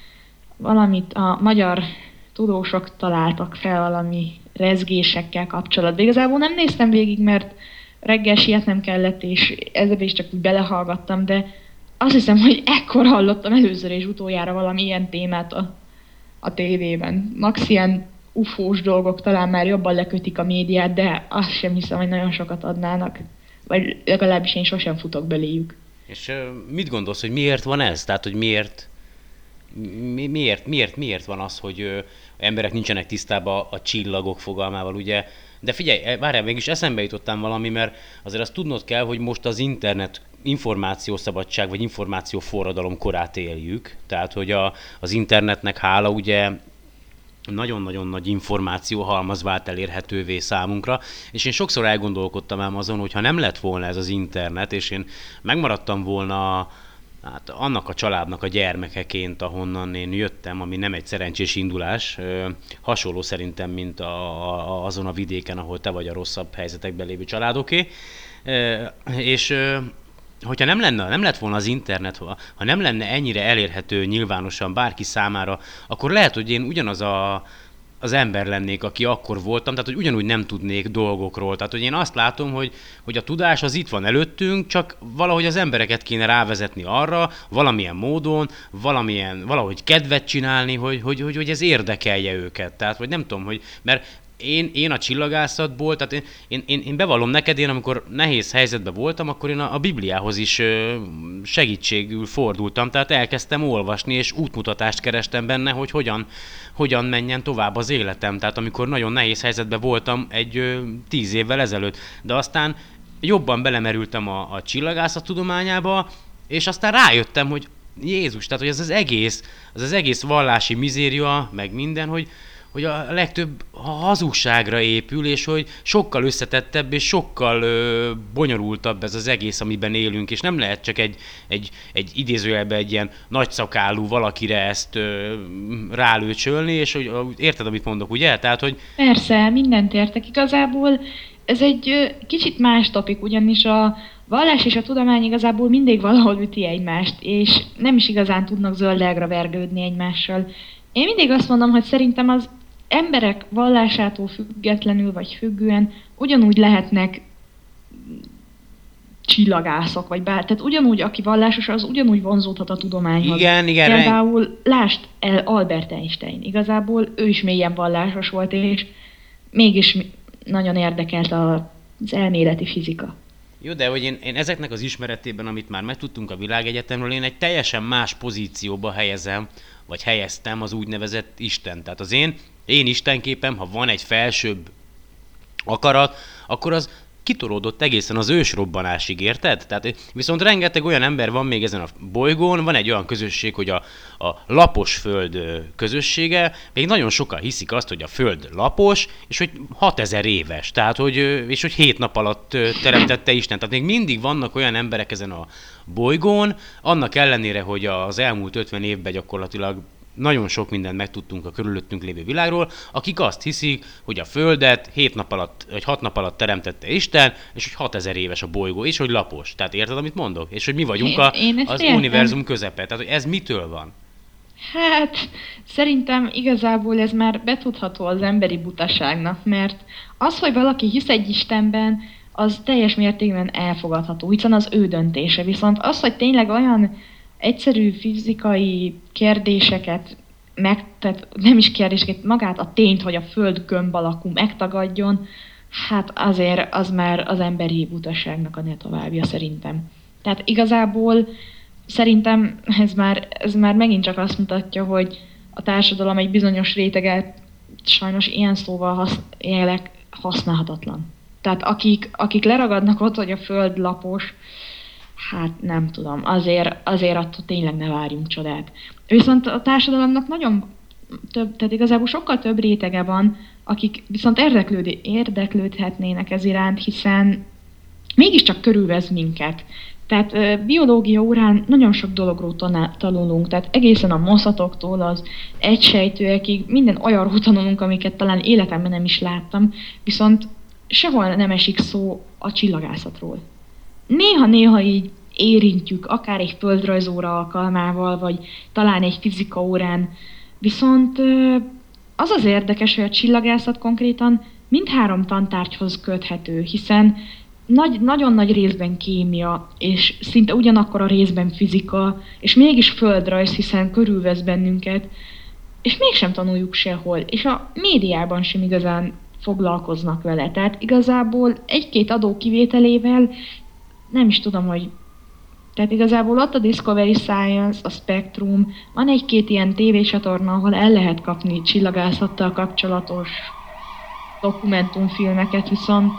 valamit a magyar tudósok találtak fel valami rezgésekkel kapcsolatban. Igazából nem néztem végig, mert reggel sietnem kellett, és ezzel is csak úgy belehallgattam, de azt hiszem, hogy ekkor hallottam először és utoljára valami ilyen témát a, a tévében. Max ilyen ufós dolgok talán már jobban lekötik a médiát, de azt sem hiszem, hogy nagyon sokat adnának. Vagy legalábbis én sosem futok beléjük. És uh, mit gondolsz, hogy miért van ez? Tehát, hogy miért, mi, miért, miért, miért van az, hogy uh, emberek nincsenek tisztában a csillagok fogalmával, ugye? De figyelj, várjál, mégis eszembe jutottál valami, mert azért azt tudnod kell, hogy most az internet információszabadság vagy információforradalom korát éljük. Tehát, hogy a, az internetnek hála ugye nagyon-nagyon nagy információhalmaz vált elérhetővé számunkra, és én sokszor elgondolkodtam ám azon, hogy ha nem lett volna ez az internet, és én megmaradtam volna hát annak a családnak a gyermekeként, ahonnan én jöttem, ami nem egy szerencsés indulás, hasonló szerintem, mint a, a, azon a vidéken, ahol te vagy a rosszabb helyzetekben lévő családoké, és hogyha nem lenne, nem lett volna az internet, ha nem lenne ennyire elérhető nyilvánosan bárki számára, akkor lehet, hogy én ugyanaz a, az ember lennék, aki akkor voltam, tehát hogy ugyanúgy nem tudnék dolgokról. Tehát, hogy én azt látom, hogy, hogy a tudás az itt van előttünk, csak valahogy az embereket kéne rávezetni arra, valamilyen módon, valamilyen, valahogy kedvet csinálni, hogy, hogy, hogy, hogy ez érdekelje őket. Tehát, vagy nem tudom, hogy, mert Én, én a csillagászatból, tehát én, én, én, én bevallom neked, én amikor nehéz helyzetben voltam, akkor én a, a Bibliához is ö, segítségül fordultam, tehát elkezdtem olvasni, és útmutatást kerestem benne, hogy hogyan, hogyan menjen tovább az életem. Tehát amikor nagyon nehéz helyzetben voltam egy ö, tíz évvel ezelőtt, de aztán jobban belemerültem a, a csillagászat tudományába, és aztán rájöttem, hogy Jézus, tehát hogy ez az egész, az az egész vallási mizéria, meg minden, hogy hogy a legtöbb hazugságra épül, és hogy sokkal összetettebb és sokkal ö, bonyolultabb ez az egész, amiben élünk, és nem lehet csak egy, egy, egy idézőjelben egy ilyen nagyszakálú valakire ezt ö, rálőcsölni, és hogy érted, amit mondok, ugye? Tehát, hogy... Persze, mindent értek. Igazából ez egy ö, kicsit más topik, ugyanis a vallás és a tudomány igazából mindig valahol üti egymást, és nem is igazán tudnak zöldágra vergődni egymással. Én mindig azt mondom, hogy szerintem az emberek vallásától függetlenül vagy függően ugyanúgy lehetnek csillagászok, vagy bár, tehát ugyanúgy, aki vallásos, az ugyanúgy vonzódhat a tudományhoz. Igen, igen. Például lásd el Albert Einstein. Igazából ő is mélyen vallásos volt, és mégis nagyon érdekelt az elméleti fizika. Jó, de hogy én, én ezeknek az ismeretében, amit már megtudtunk a világegyetemről, én egy teljesen más pozícióba helyezem, vagy helyeztem az úgynevezett Isten. Tehát az én, én istenképem, ha van egy felsőbb akarat, akkor az kitoródott egészen az ősrobbanásig, érted? Tehát viszont rengeteg olyan ember van még ezen a bolygón, van egy olyan közösség, hogy a, a lapos föld közössége, még nagyon sokan hiszik azt, hogy a föld lapos, és hogy hatezer éves, tehát hogy, és hogy hét nap alatt teremtette Isten. Tehát még mindig vannak olyan emberek ezen a bolygón, annak ellenére, hogy az elmúlt ötven évben gyakorlatilag nagyon sok mindent megtudtunk a körülöttünk lévő világról, akik azt hiszik, hogy a Földet hét nap alatt, vagy hat nap alatt teremtette Isten, és hogy hatezer éves a bolygó, és hogy lapos. Tehát érted, amit mondok? És hogy mi vagyunk a, én, én az értem. univerzum közepe. Tehát, hogy ez mitől van? Hát, szerintem igazából ez már betudható az emberi butaságnak, mert az, hogy valaki hisz egy Istenben, az teljes mértékben elfogadható, hiszen az ő döntése. Viszont az, hogy tényleg olyan egyszerű fizikai kérdéseket, meg, tehát nem is kérdéseket, magát a tényt, hogy a Föld gömb alakú megtagadjon, hát azért az már az emberi butaságnak a ne továbbja szerintem. Tehát igazából szerintem ez már, ez már megint csak azt mutatja, hogy a társadalom egy bizonyos réteget sajnos ilyen szóval hasz, élek, használhatatlan. Tehát akik, akik leragadnak ott, hogy a Föld lapos, hát nem tudom, azért, azért attól tényleg ne várjunk csodát. Viszont a társadalomnak nagyon több, tehát igazából sokkal több rétege van, akik viszont érdeklőd, érdeklődhetnének ez iránt, hiszen mégiscsak körülvesz minket. Tehát biológia órán nagyon sok dologról tanulunk, tehát egészen a moszatoktól az egysejtőekig minden olyanról tanulunk, amiket talán életemben nem is láttam, viszont sehol nem esik szó a csillagászatról. Néha-néha így érintjük, akár egy földrajzóra alkalmával, vagy talán egy fizika órán, viszont az az érdekes, hogy a csillagászat konkrétan mindhárom tantárgyhoz köthető, hiszen nagy, nagyon nagy részben kémia, és szinte ugyanakkor a részben fizika, és mégis földrajz, hiszen körülvesz bennünket, és mégsem tanuljuk sehol, és a médiában sem igazán foglalkoznak vele. Tehát igazából egy-két adó kivételével nem is tudom, hogy... Tehát igazából ott a Discovery Science, a Spectrum, van egy-két ilyen tévécsatorna, ahol el lehet kapni csillagászattal kapcsolatos dokumentumfilmeket, viszont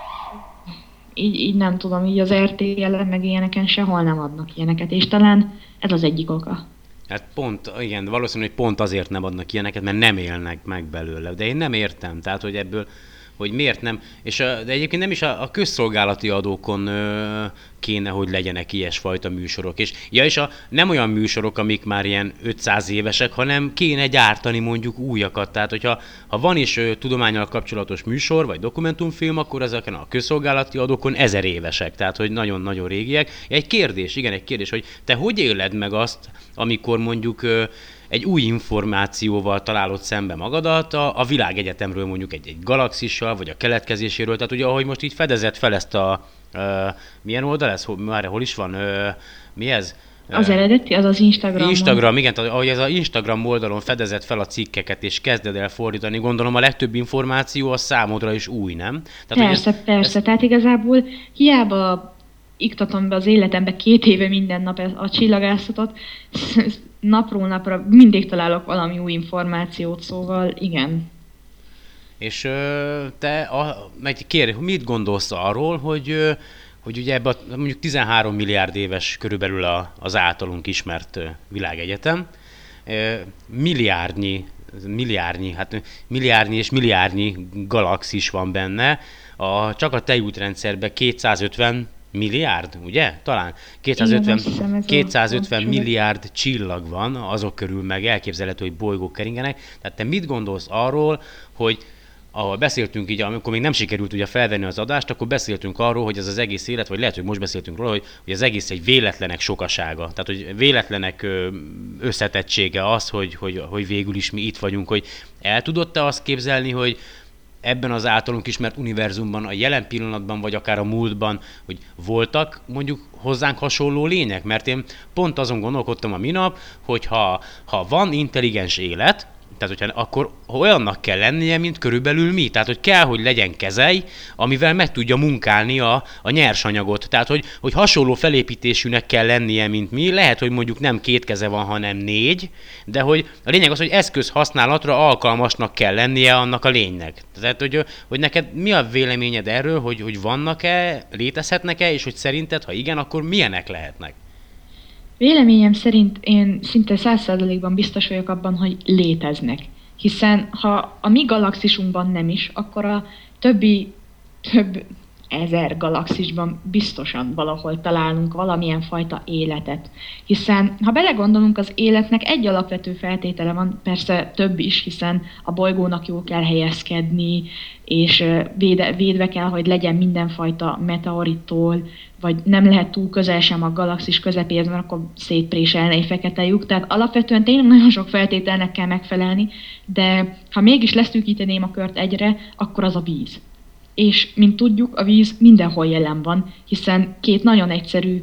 így, így nem tudom, így az er té el-en meg ilyeneken sehol nem adnak ilyeneket, és talán ez az egyik oka. Hát pont, igen, valószínű, hogy pont azért nem adnak ilyeneket, mert nem élnek meg belőle. De én nem értem, tehát, hogy ebből, hogy miért nem, és a, de egyébként nem is a, a közszolgálati adókon ö, kéne, hogy legyenek ilyesfajta műsorok. És, ja, és a, nem olyan műsorok, amik már ilyen ötszáz évesek, hanem kéne gyártani mondjuk újakat. Tehát, hogyha ha van is ö, tudománnyal kapcsolatos műsor, vagy dokumentumfilm, akkor ezeken a közszolgálati adókon ezer évesek. Tehát, hogy nagyon-nagyon régiek. Egy kérdés, igen, egy kérdés, hogy te hogy éled meg azt, amikor mondjuk ö, egy új információval találod szembe magadat a, a világegyetemről, mondjuk egy, egy galaxissal, vagy a keletkezéséről. Tehát ugye, ahogy most így fedezett fel ezt a... Uh, milyen oldal ez? Már hol is van? Uh, mi ez? Az eredeti, az az Instagram. Instagram, igen, tehát ahogy ez az Instagram oldalon fedezett fel a cikkeket, és kezded el fordítani, gondolom a legtöbb információ az számodra is új, nem? Tehát, persze, ez, persze, ez... tehát igazából hiába iktatom be az életembe két éve minden nap a csillagászatot, napról napra mindig találok valami új információt, szóval igen. És ö, te, a, meg kér, mit gondolsz arról, hogy, ö, hogy ugye ebben mondjuk tizenhárom milliárd éves körülbelül a, az általunk ismert ö, világegyetem, ö, milliárdnyi, milliárdnyi, hát milliárdnyi és milliárdnyi galaxis van benne, a, csak a tejútrendszerben kétszázötven milliárd, ugye? Talán kétszázötven, Igen, kétszázötven milliárd csillag van, azok körül meg elképzelhető, hogy bolygók keringenek. Tehát te mit gondolsz arról, hogy ahol beszéltünk így, amikor még nem sikerült ugye felvenni az adást, akkor beszéltünk arról, hogy ez az egész élet, vagy lehet, hogy most beszéltünk róla, hogy, hogy az egész egy véletlenek sokasága. Tehát, hogy véletlenek összetettsége az, hogy, hogy, hogy végül is mi itt vagyunk, hogy el tudod te azt képzelni, hogy ebben az általunk ismert univerzumban, a jelen pillanatban, vagy akár a múltban, hogy voltak mondjuk hozzánk hasonló lények? Mert én pont azon gondolkodtam a minap, hogy ha, ha van intelligens élet, tehát hogyha akkor olyannak kell lennie, mint körülbelül mi. Tehát, hogy kell, hogy legyen kezei, amivel meg tudja munkálni a, a nyersanyagot. Tehát, hogy, hogy hasonló felépítésűnek kell lennie, mint mi. Lehet, hogy mondjuk nem két keze van, hanem négy, de hogy a lényeg az, hogy eszköz használatra alkalmasnak kell lennie annak a lénynek. Tehát, hogy, hogy neked mi a véleményed erről, hogy, hogy vannak-e, létezhetnek-e, és hogy szerinted, ha igen, akkor milyenek lehetnek? Véleményem szerint én szinte száz százalékban biztos vagyok abban, hogy léteznek. Hiszen ha a mi galaxisunkban nem is, akkor a többi több ezer galaxisban biztosan valahol találunk valamilyen fajta életet. Hiszen ha belegondolunk, az életnek egy alapvető feltétele van, persze több is, hiszen a bolygónak jól kell helyezkedni, és véde, védve kell, hogy legyen mindenfajta meteorittól, vagy nem lehet túl közel sem a galaxis közepéhez, mert akkor szétpréselne egy fekete lyuk. Tehát alapvetően tényleg nagyon sok feltételnek kell megfelelni, de ha mégis leszűkíteném a kört egyre, akkor az a víz. És, mint tudjuk, a víz mindenhol jelen van, hiszen két nagyon egyszerű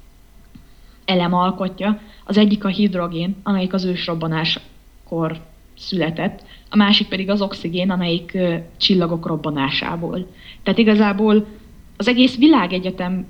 elem alkotja. Az egyik a hidrogén, amelyik az ősrobbanáskor született, a másik pedig az oxigén, amelyik ö, csillagok robbanásából. Tehát igazából az egész világegyetem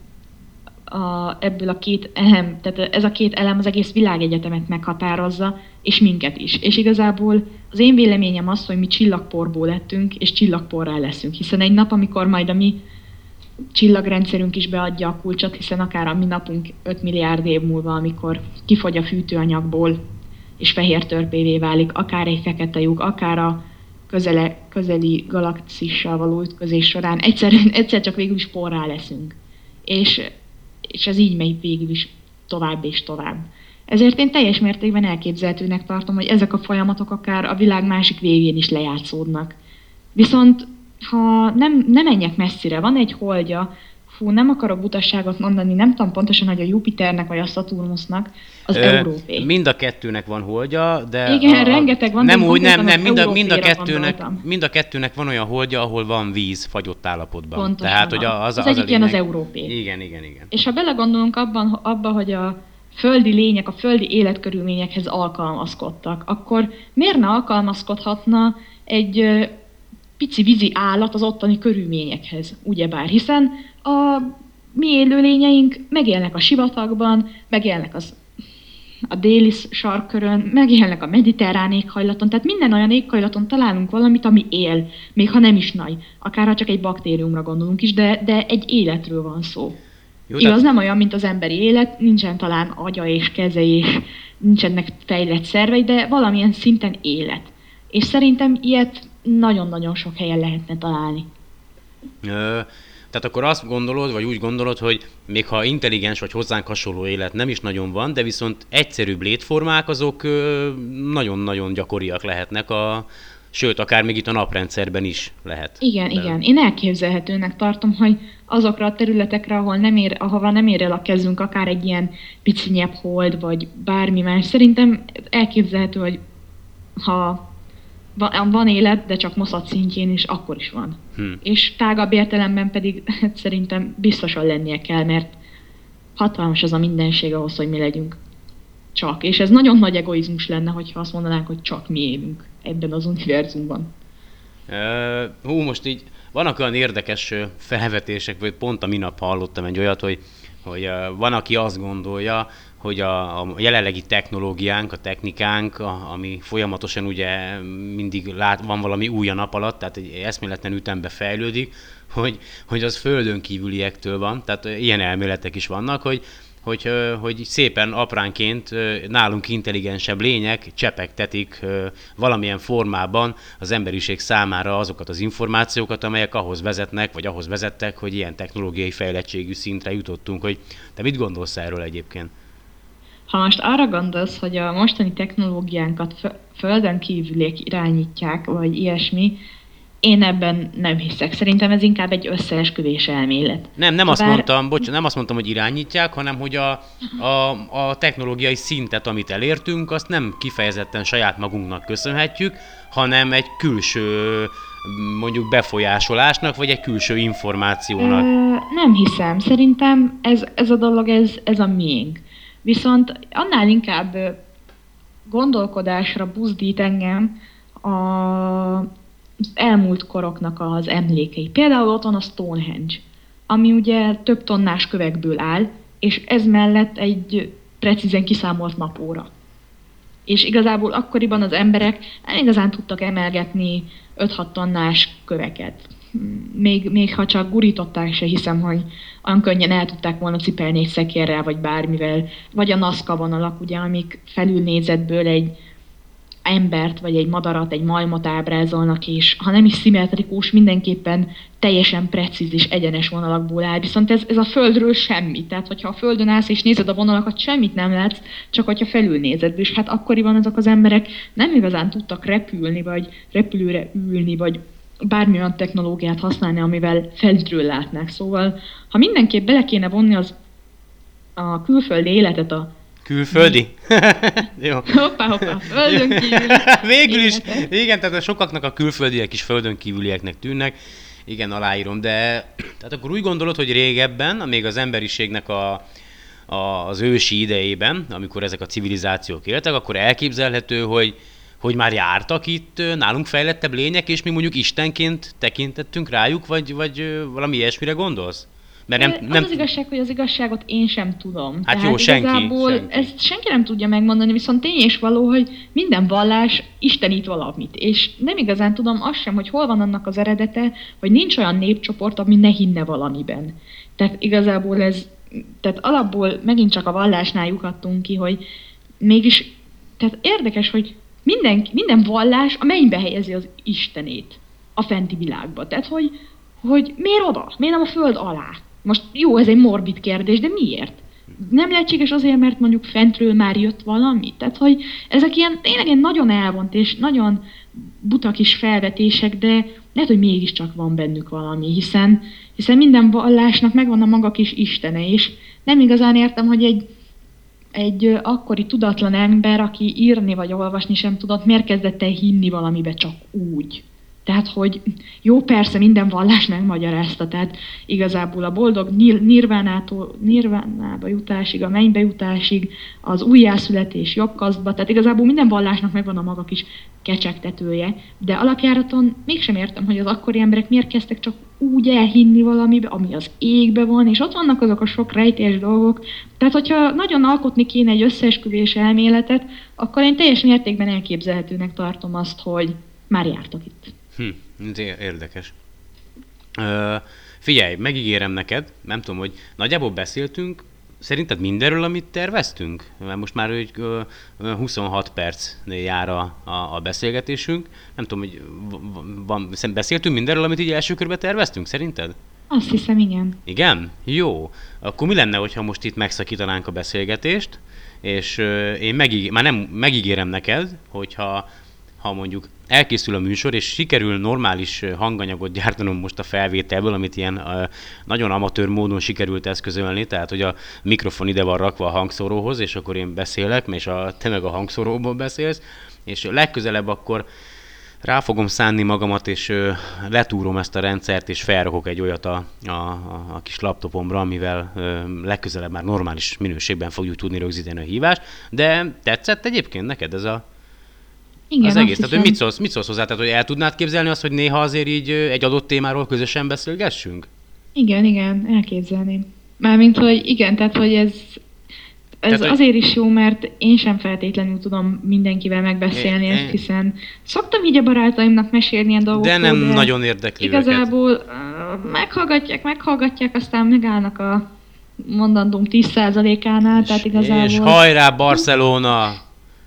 a, ebből a két elem, tehát ez a két elem az egész világegyetemet meghatározza, és minket is. És igazából az én véleményem az, hogy mi csillagporból lettünk, és csillagporrá leszünk. Hiszen egy nap, amikor majd a mi csillagrendszerünk is beadja a kulcsot, hiszen akár a mi napunk öt milliárd év múlva, amikor kifogy a fűtőanyagból, és fehér törpévé válik, akár egy fekete lyuk, akár a közele, közeli galaxissal való ütközés során, egyszer, egyszer csak végül is porrá leszünk. És, és ez így megy végül is tovább és tovább. Ezért én teljes mértékben elképzelhetőnek tartom, hogy ezek a folyamatok akár a világ másik végén is lejátszódnak. Viszont ha nem, nem menjek messzire, van egy holdja, fú, nem akarok butasságot mondani, nem tudom pontosan, hogy a Jupiternek vagy a Saturnusnak, az Európé. Mind a kettőnek van holdja, de... Igen, a, rengeteg van. Nem úgy, nem, nem, mind a, mind, a kettőnek, mind a kettőnek van olyan holdja, ahol van víz fagyott állapotban. Pontosan. Tehát, hogy az, az, az, az egyik a ilyen az lényeg. Európé. Igen, igen, igen. És ha belegondolunk abban, abba, hogy a földi lények a földi életkörülményekhez alkalmazkodtak, akkor miért ne alkalmazkodhatna egy pici vízi állat az ottani körülményekhez, ugyebár, hiszen a mi élőlényeink megélnek a sivatagban, megélnek az, a déli sarkkörön, megélnek a mediterrán éghajlaton, tehát minden olyan éghajlaton találunk valamit, ami él, még ha nem is nagy, akár ha csak egy baktériumra gondolunk is, de, de egy életről van szó. Jó, igaz, tehát... nem olyan, mint az emberi élet, nincsen talán agya és keze, és nincsenek fejlett szervei, de valamilyen szinten élet. És szerintem ilyet nagyon-nagyon sok helyen lehetne találni. Ö, tehát akkor azt gondolod, vagy úgy gondolod, hogy még ha intelligens vagy hozzánk hasonló élet nem is nagyon van, de viszont egyszerűbb létformák azok ö, nagyon-nagyon gyakoriak lehetnek a, Sőt, akár még itt a naprendszerben is lehet. Igen, De... igen. Én elképzelhetőnek tartom, hogy azokra a területekre, ahol nem ér, ahova nem ér el a kezünk, akár egy ilyen picinyebb hold, vagy bármi más, szerintem elképzelhető, hogy ha van, van élet, de csak moszat szintjén is, akkor is van. Hm. És tágabb értelemben pedig szerintem biztosan lennie kell, mert hatalmas az a mindenség ahhoz, hogy mi legyünk. Csak. És ez nagyon nagy egoizmus lenne, hogyha azt mondanánk, hogy csak mi élünk ebben az univerzumban. Uh, hú, most így vannak olyan érdekes felvetések, vagy pont a minap hallottam egy olyat, hogy, hogy uh, van, aki azt gondolja, hogy a, a jelenlegi technológiánk, a technikánk, a, ami folyamatosan ugye mindig lát, van valami új a nap alatt, tehát egy eszméletlen ütembe fejlődik, hogy, hogy az földön kívüliektől van, tehát ilyen elméletek is vannak, hogy Hogy, hogy szépen apránként nálunk intelligensebb lények csepegtetik valamilyen formában az emberiség számára azokat az információkat, amelyek ahhoz vezetnek, vagy ahhoz vezettek, hogy ilyen technológiai fejlettségű szintre jutottunk. Hogy te mit gondolsz erről egyébként? Ha most arra gondolsz, hogy a mostani technológiánkat földön kívüliek irányítják, vagy ilyesmi, én ebben nem hiszek. Szerintem ez inkább egy összeesküvés elmélet. Nem, nem azt Bár... mondtam, bocs, nem azt mondtam, hogy irányítják, hanem hogy a, a, a technológiai szintet, amit elértünk, azt nem kifejezetten saját magunknak köszönhetjük, hanem egy külső mondjuk befolyásolásnak, vagy egy külső információnak. Ö, nem hiszem. Szerintem ez, ez a dolog, ez, ez a miénk. Viszont annál inkább gondolkodásra buzdít engem a az elmúlt koroknak az emlékei. Például ott van a Stonehenge, ami ugye több tonnás kövekből áll, és ez mellett egy precízen kiszámolt napóra. És igazából akkoriban az emberek nem igazán tudtak emelgetni öt-hat tonnás köveket. Még, még ha csak gurították, se hiszem, hogy olyan könnyen el tudták volna cipelni egy szekérrel, vagy bármivel. Vagy a Nazca vonalak, ugye, amik felülnézetből egy embert, vagy egy madarat, egy majmot ábrázolnak, és ha nem is szimmetrikus, mindenképpen teljesen precíz és egyenes vonalakból áll. Viszont ez, ez a földről semmi. Tehát, hogyha a földön állsz és nézed a vonalakat, semmit nem látsz, csak hogyha felülnézed. És hát akkoriban azok az emberek nem igazán tudtak repülni, vagy repülőre ülni, vagy bármilyen technológiát használni, amivel felülről látnák. Szóval, ha mindenképp bele kéne vonni az a külföldi életet a Külföldi? Jó. Hoppá, hoppá, földön kívüli. Végül is, igen, tehát sokaknak a külföldiek is földön kívülieknek tűnnek. Igen, aláírom, de tehát akkor úgy gondolod, hogy régebben, még az emberiségnek a, a, az ősi idejében, amikor ezek a civilizációk éltek, akkor elképzelhető, hogy, hogy már jártak itt nálunk fejlettebb lények, és mi mondjuk istenként tekintettünk rájuk, vagy, vagy valami ilyesmire gondolsz? Mert nem, nem... nem... Az az igazság, hogy az igazságot én sem tudom. Hát Tehát jó, senki, igazából senki. Ezt senki nem tudja megmondani, viszont tény és való, hogy minden vallás istenít valamit. És nem igazán tudom azt sem, hogy hol van annak az eredete, hogy nincs olyan népcsoport, ami ne hinne valamiben. Tehát igazából ez, tehát alapból megint csak a vallásnál lyukadtunk ki, hogy mégis, tehát érdekes, hogy minden, minden vallás a mennybe helyezi az istenét a fenti világba. Tehát, hogy, hogy miért oda? Miért nem a föld alá? Most jó, ez egy morbid kérdés, de miért? Nem lehetséges azért, mert mondjuk fentről már jött valami? Tehát, hogy ezek ilyen tényleg ilyen nagyon elvont és nagyon buta kis felvetések, de lehet, hogy mégiscsak van bennük valami, hiszen, hiszen minden vallásnak megvan a maga kis istene, és nem igazán értem, hogy egy, egy akkori tudatlan ember, aki írni vagy olvasni sem tudott, miért kezdett el hinni valamibe csak úgy. Tehát, hogy jó, persze minden vallás megmagyarázta, tehát igazából a boldog nirvánától, nirvánába jutásig, a mennybe jutásig, az újjászületés jobbkasztba, tehát igazából minden vallásnak megvan a maga kis kecsegtetője, de alapjáraton mégsem értem, hogy az akkori emberek miért kezdtek csak úgy elhinni valamibe, ami az égbe van, és ott vannak azok a sok rejtélyes dolgok. Tehát, hogyha nagyon alkotni kéne egy összeesküvés elméletet, akkor én teljes mértékben elképzelhetőnek tartom azt, hogy már jártak itt. Hm, ez érdekes. Uh, figyelj, megígérem neked, nem tudom, hogy nagyjából beszéltünk, szerinted mindenről, amit terveztünk? Mert most már úgy, uh, huszonhat percnél jár a, a, a beszélgetésünk. Nem tudom, hogy van, beszéltünk mindenről, amit így első körben terveztünk, szerinted? Azt hiszem, igen. Igen? Jó. Akkor mi lenne, hogyha most itt megszakítanánk a beszélgetést, és uh, én megígé- már nem megígérem neked, hogyha ha mondjuk elkészül a műsor, és sikerül normális hanganyagot gyártanom most a felvételből, amit ilyen uh, nagyon amatőr módon sikerült eszközölni, tehát hogy a mikrofon ide van rakva a hangszóróhoz, és akkor én beszélek, és a, te meg a hangszóróból beszélsz, és legközelebb akkor rá fogom szánni magamat, és ö, letúrom ezt a rendszert, és felrakok egy olyat a, a, a, a kis laptopomra, amivel ö, legközelebb már normális minőségben fogjuk tudni rögzíteni a hívást. De tetszett egyébként neked ez a, Igen, az azt egész? Tehát, hogy hiszem. mit szólsz, mit szólsz hozzá? Tehát, hogy el tudnád képzelni azt, hogy néha azért így ö, egy adott témáról közösen beszélgessünk? Igen, igen, elképzelném. Mármint, hogy igen, tehát, hogy ez, ez Tehát, hogy- azért is jó, mert én sem feltétlenül tudom mindenkivel megbeszélni É, ezt, é. hiszen szoktam így a barátaimnak mesélni ilyen dolgokról, De nem nagyon érdekli őket. igazából uh, meghallgatják, meghallgatják, aztán megállnak a mondandóm tíz százalékánál, tehát igazából... És hajrá Barcelona!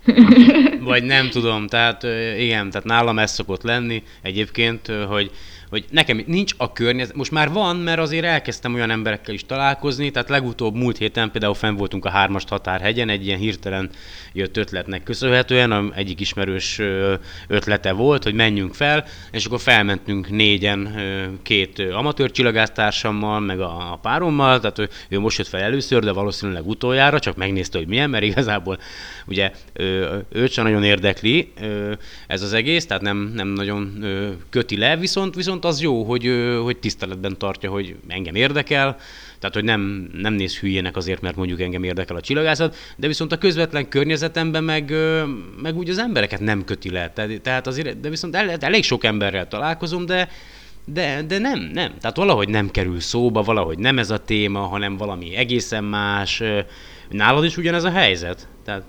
Vagy nem tudom, tehát ö, igen, tehát nálam ez szokott lenni egyébként, ö, hogy, hogy nekem nincs a környezet, most már van, mert azért elkezdtem olyan emberekkel is találkozni, tehát legutóbb múlt héten például fenn voltunk a Hármast Határhegyen, egy ilyen hirtelen jött ötletnek köszönhetően, a egyik ismerős ö, ötlete volt, hogy menjünk fel, és akkor felmentünk négyen, ö, két ö, amatőr csillagásztársammal, meg a, a párommal, tehát ő, ő most jött fel először, de valószínűleg utoljára, csak megnézte, hogy milyen, mert igazából ugye ö, őt sem nagyon érdekli ö, ez az egész, tehát nem, nem nagyon ö, köti le, viszont, viszont az jó, hogy, ö, hogy tiszteletben tartja, hogy engem érdekel, tehát hogy nem, nem néz hülyének azért, mert mondjuk engem érdekel a csillagászat, de viszont a közvetlen környezetemben meg, ö, meg úgy az embereket nem köti le, tehát, tehát azért, de viszont el, elég sok emberrel találkozom, de de, de nem, nem. Tehát valahogy nem kerül szóba, valahogy nem ez a téma, hanem valami egészen más. Ö, Nálad is ugyanez a helyzet? Tehát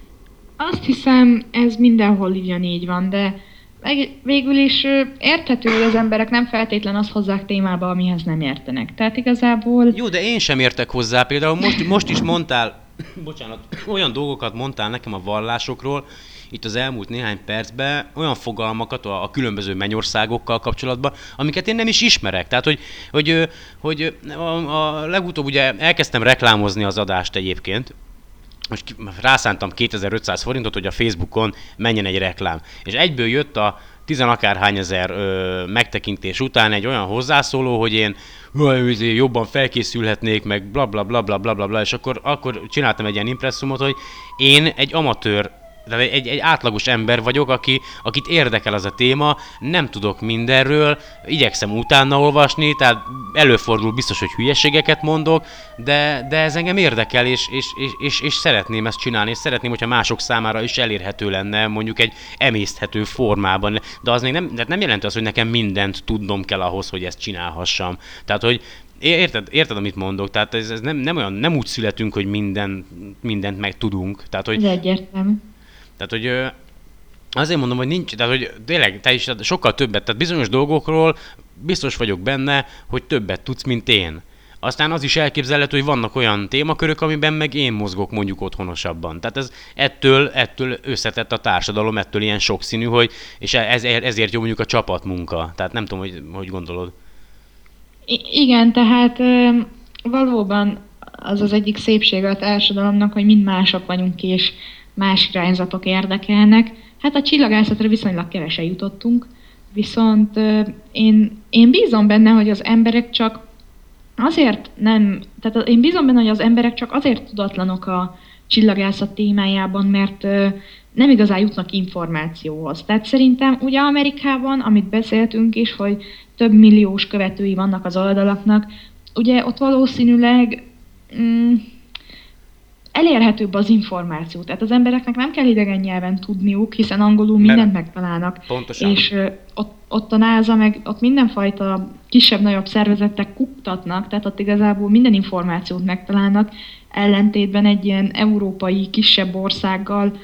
Azt hiszem, ez mindenhol ugyanígy van, de meg, végül is ö, érthető, hogy az emberek nem feltétlen azt hozzák témába, amihez nem értenek. Tehát igazából... jó, de én sem értek hozzá. Például most, most is mondtál, bocsánat, olyan dolgokat mondtál nekem a vallásokról, itt az elmúlt néhány percben olyan fogalmakat a, a különböző mennyországokkal kapcsolatban, amiket én nem is ismerek. Tehát, hogy, hogy, hogy a, a legutóbb ugye elkezdtem reklámozni az adást egyébként, most ki- rászántam kétezer-ötszáz forintot, hogy a Facebookon menjen egy reklám. És egyből jött a tizenakárhány ezer ö, megtekintés után egy olyan hozzászóló, hogy én "Haj, izé, jobban felkészülhetnék, meg bla bla bla bla bla bla bla", és akkor, akkor csináltam egy ilyen impresszumot, hogy én egy amatőr, tehát egy, egy átlagos ember vagyok, aki, akit érdekel az a téma, nem tudok mindenről, igyekszem utána olvasni, tehát előfordul biztos, hogy hülyeségeket mondok, de, de ez engem érdekel, és, és, és, és, és szeretném ezt csinálni, és szeretném, hogyha mások számára is elérhető lenne, mondjuk egy emészthető formában, de az még nem, de nem jelenti azt, hogy nekem mindent tudnom kell ahhoz, hogy ezt csinálhassam. Tehát, hogy Érted, érted, amit mondok? Tehát ez, ez nem, nem, olyan, nem úgy születünk, hogy minden, mindent meg tudunk. Tehát, hogy Ez egyértelmű. tehát, hogy ö, azért mondom, hogy nincs, tehát, hogy tényleg te is sokkal többet, tehát bizonyos dolgokról biztos vagyok benne, hogy többet tudsz, mint én. Aztán az is elképzelhető, hogy vannak olyan témakörök, amiben meg én mozgok mondjuk otthonosabban. Tehát ez ettől, ettől összetett a társadalom, ettől ilyen sokszínű, hogy, és ez, ezért jó mondjuk a csapatmunka. Tehát nem tudom, hogy, hogy gondolod. I- igen, tehát ö, valóban az az egyik szépsége a társadalomnak, hogy mind mások vagyunk és más irányzatok érdekelnek. Hát a csillagászatra viszonylag kevesen jutottunk, viszont ö, én, én bízom benne, hogy az emberek csak azért nem, tehát én bízom benne, hogy az emberek csak azért tudatlanok a csillagászat témájában, mert ö, nem igazán jutnak információhoz. Tehát szerintem ugye Amerikában, amit beszéltünk is, hogy több milliós követői vannak az oldalaknak, ugye ott valószínűleg mm, elérhetőbb az információ. Tehát az embereknek nem kell idegen nyelven tudniuk, hiszen angolul Mert- mindent megtalálnak. Pontosan. És ö, ott, ott a NASA, meg ott mindenfajta kisebb-nagyobb szervezetek kuktatnak, tehát ott igazából minden információt megtalálnak, ellentétben egy ilyen európai kisebb országgal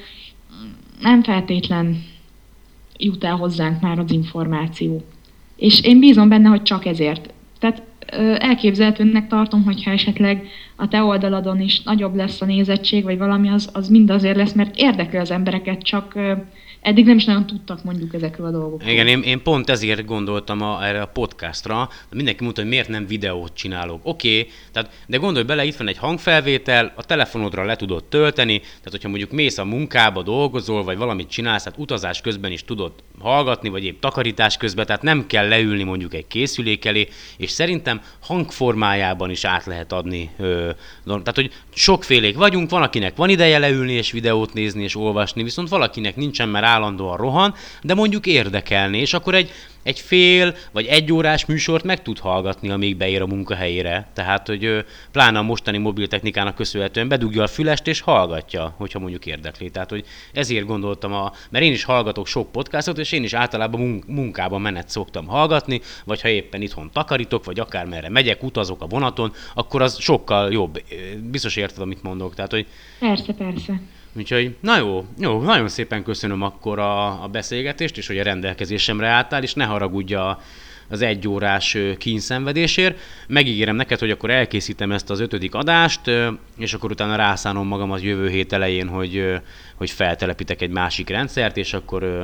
nem feltétlen jut el hozzánk már az információ. És én bízom benne, hogy csak ezért. Tehát ö, elképzelhetőnek tartom, hogyha esetleg a te oldaladon is nagyobb lesz a nézettség, vagy valami, az, az mind azért lesz, mert érdekli az embereket, csak ö, eddig nem is nagyon tudtak mondjuk ezekről a dolgokról. Igen, én, én pont ezért gondoltam a, erre a podcastra. Mindenki mondta, hogy miért nem videót csinálok. Oké, okay, tehát, de gondolj bele, itt van egy hangfelvétel, a telefonodra le tudod tölteni, tehát hogyha mondjuk mész a munkába, dolgozol, vagy valamit csinálsz, tehát utazás közben is tudod hallgatni, vagy épp takarítás közben, tehát nem kell leülni mondjuk egy készülék elé, és szerintem hangformájában is át lehet adni. Ö, tehát, hogy sokfélék vagyunk, van, akinek van ideje leülni, és videót nézni, és olvasni, viszont valakinek nincsen, mert állandóan rohan, de mondjuk érdekelni, és akkor egy, egy fél vagy egy órás műsort meg tud hallgatni, amíg beér a munkahelyére. Tehát, hogy ö, pláne a mostani mobiltechnikának köszönhetően bedugja a fülest és hallgatja, hogyha mondjuk érdekli. Tehát, hogy ezért gondoltam, a, mert én is hallgatok sok podcastot, és én is általában munk- munkában menet szoktam hallgatni, vagy ha éppen itthon takarítok, vagy akármerre megyek, utazok a vonaton, akkor az sokkal jobb. Biztos érted, amit mondok. Tehát, hogy Persze, persze. Úgyhogy, na jó, jó, nagyon szépen köszönöm akkor a, a beszélgetést, és hogy a rendelkezésemre álltál, és ne haragudj a, az egy órás kínszenvedésért. Megígérem neked, hogy akkor elkészítem ezt az ötödik adást, és akkor utána rászánom magam az jövő hét elején, hogy, hogy feltelepítek egy másik rendszert, és akkor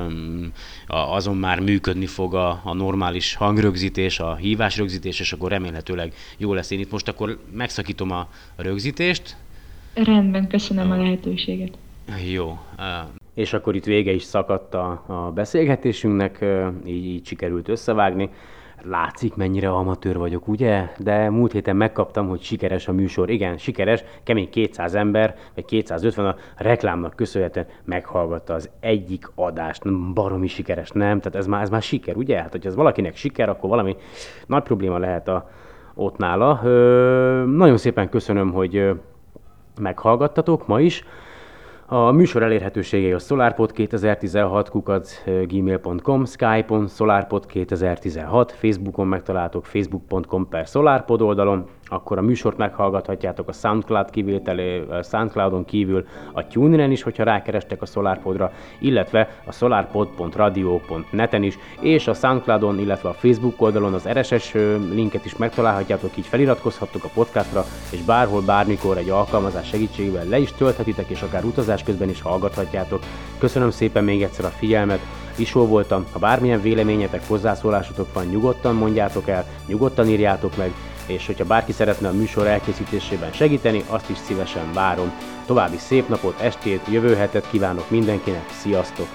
azon már működni fog a, a normális hangrögzítés, a hívásrögzítés, és akkor remélhetőleg jó lesz. Én itt most akkor megszakítom a rögzítést. Rendben, köszönöm a lehetőséget. Jó. És akkor itt vége is szakadt a, a beszélgetésünknek, így, így sikerült összevágni. Látszik, mennyire amatőr vagyok, ugye? De múlt héten megkaptam, hogy sikeres a műsor. Igen, sikeres, kemény kétszáz ember, vagy kétszázötven a reklámnak köszönhetően meghallgatta az egyik adást. Baromi sikeres, nem? Tehát ez már, ez már siker, ugye? Hát, hogyha ez valakinek siker, akkor valami nagy probléma lehet a, ott nála. Ö, nagyon szépen köszönöm, hogy meghallgattatok ma is. A műsor elérhetőségei a solarpod kétezer-tizenhat kukac gmail pont com, Skype-on solarpod kétezer-tizenhat, Facebookon megtaláltok facebook pont com per solarpod oldalon, akkor a műsort meghallgathatjátok a SoundCloud kivételé, SoundCloudon kívül a TuneIn-en is, hogyha rákerestek a SolarPodra, illetve a solarpod pont radio pont net-en is, és a SoundCloudon, illetve a Facebook oldalon az er es es linket is megtalálhatjátok, így feliratkozhattok a podcastra, és bárhol, bármikor egy alkalmazás segítségével le is tölthetitek, és akár utazás közben is hallgathatjátok. Köszönöm szépen még egyszer a figyelmet, Isó voltam, ha bármilyen véleményetek, hozzászólásotok van, nyugodtan mondjátok el, nyugodtan írjátok meg, és hogyha bárki szeretne a műsor elkészítésében segíteni, azt is szívesen várom. További szép napot, estét, jövő hetet kívánok mindenkinek, sziasztok!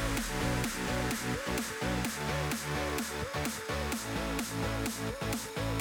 We'll be right back.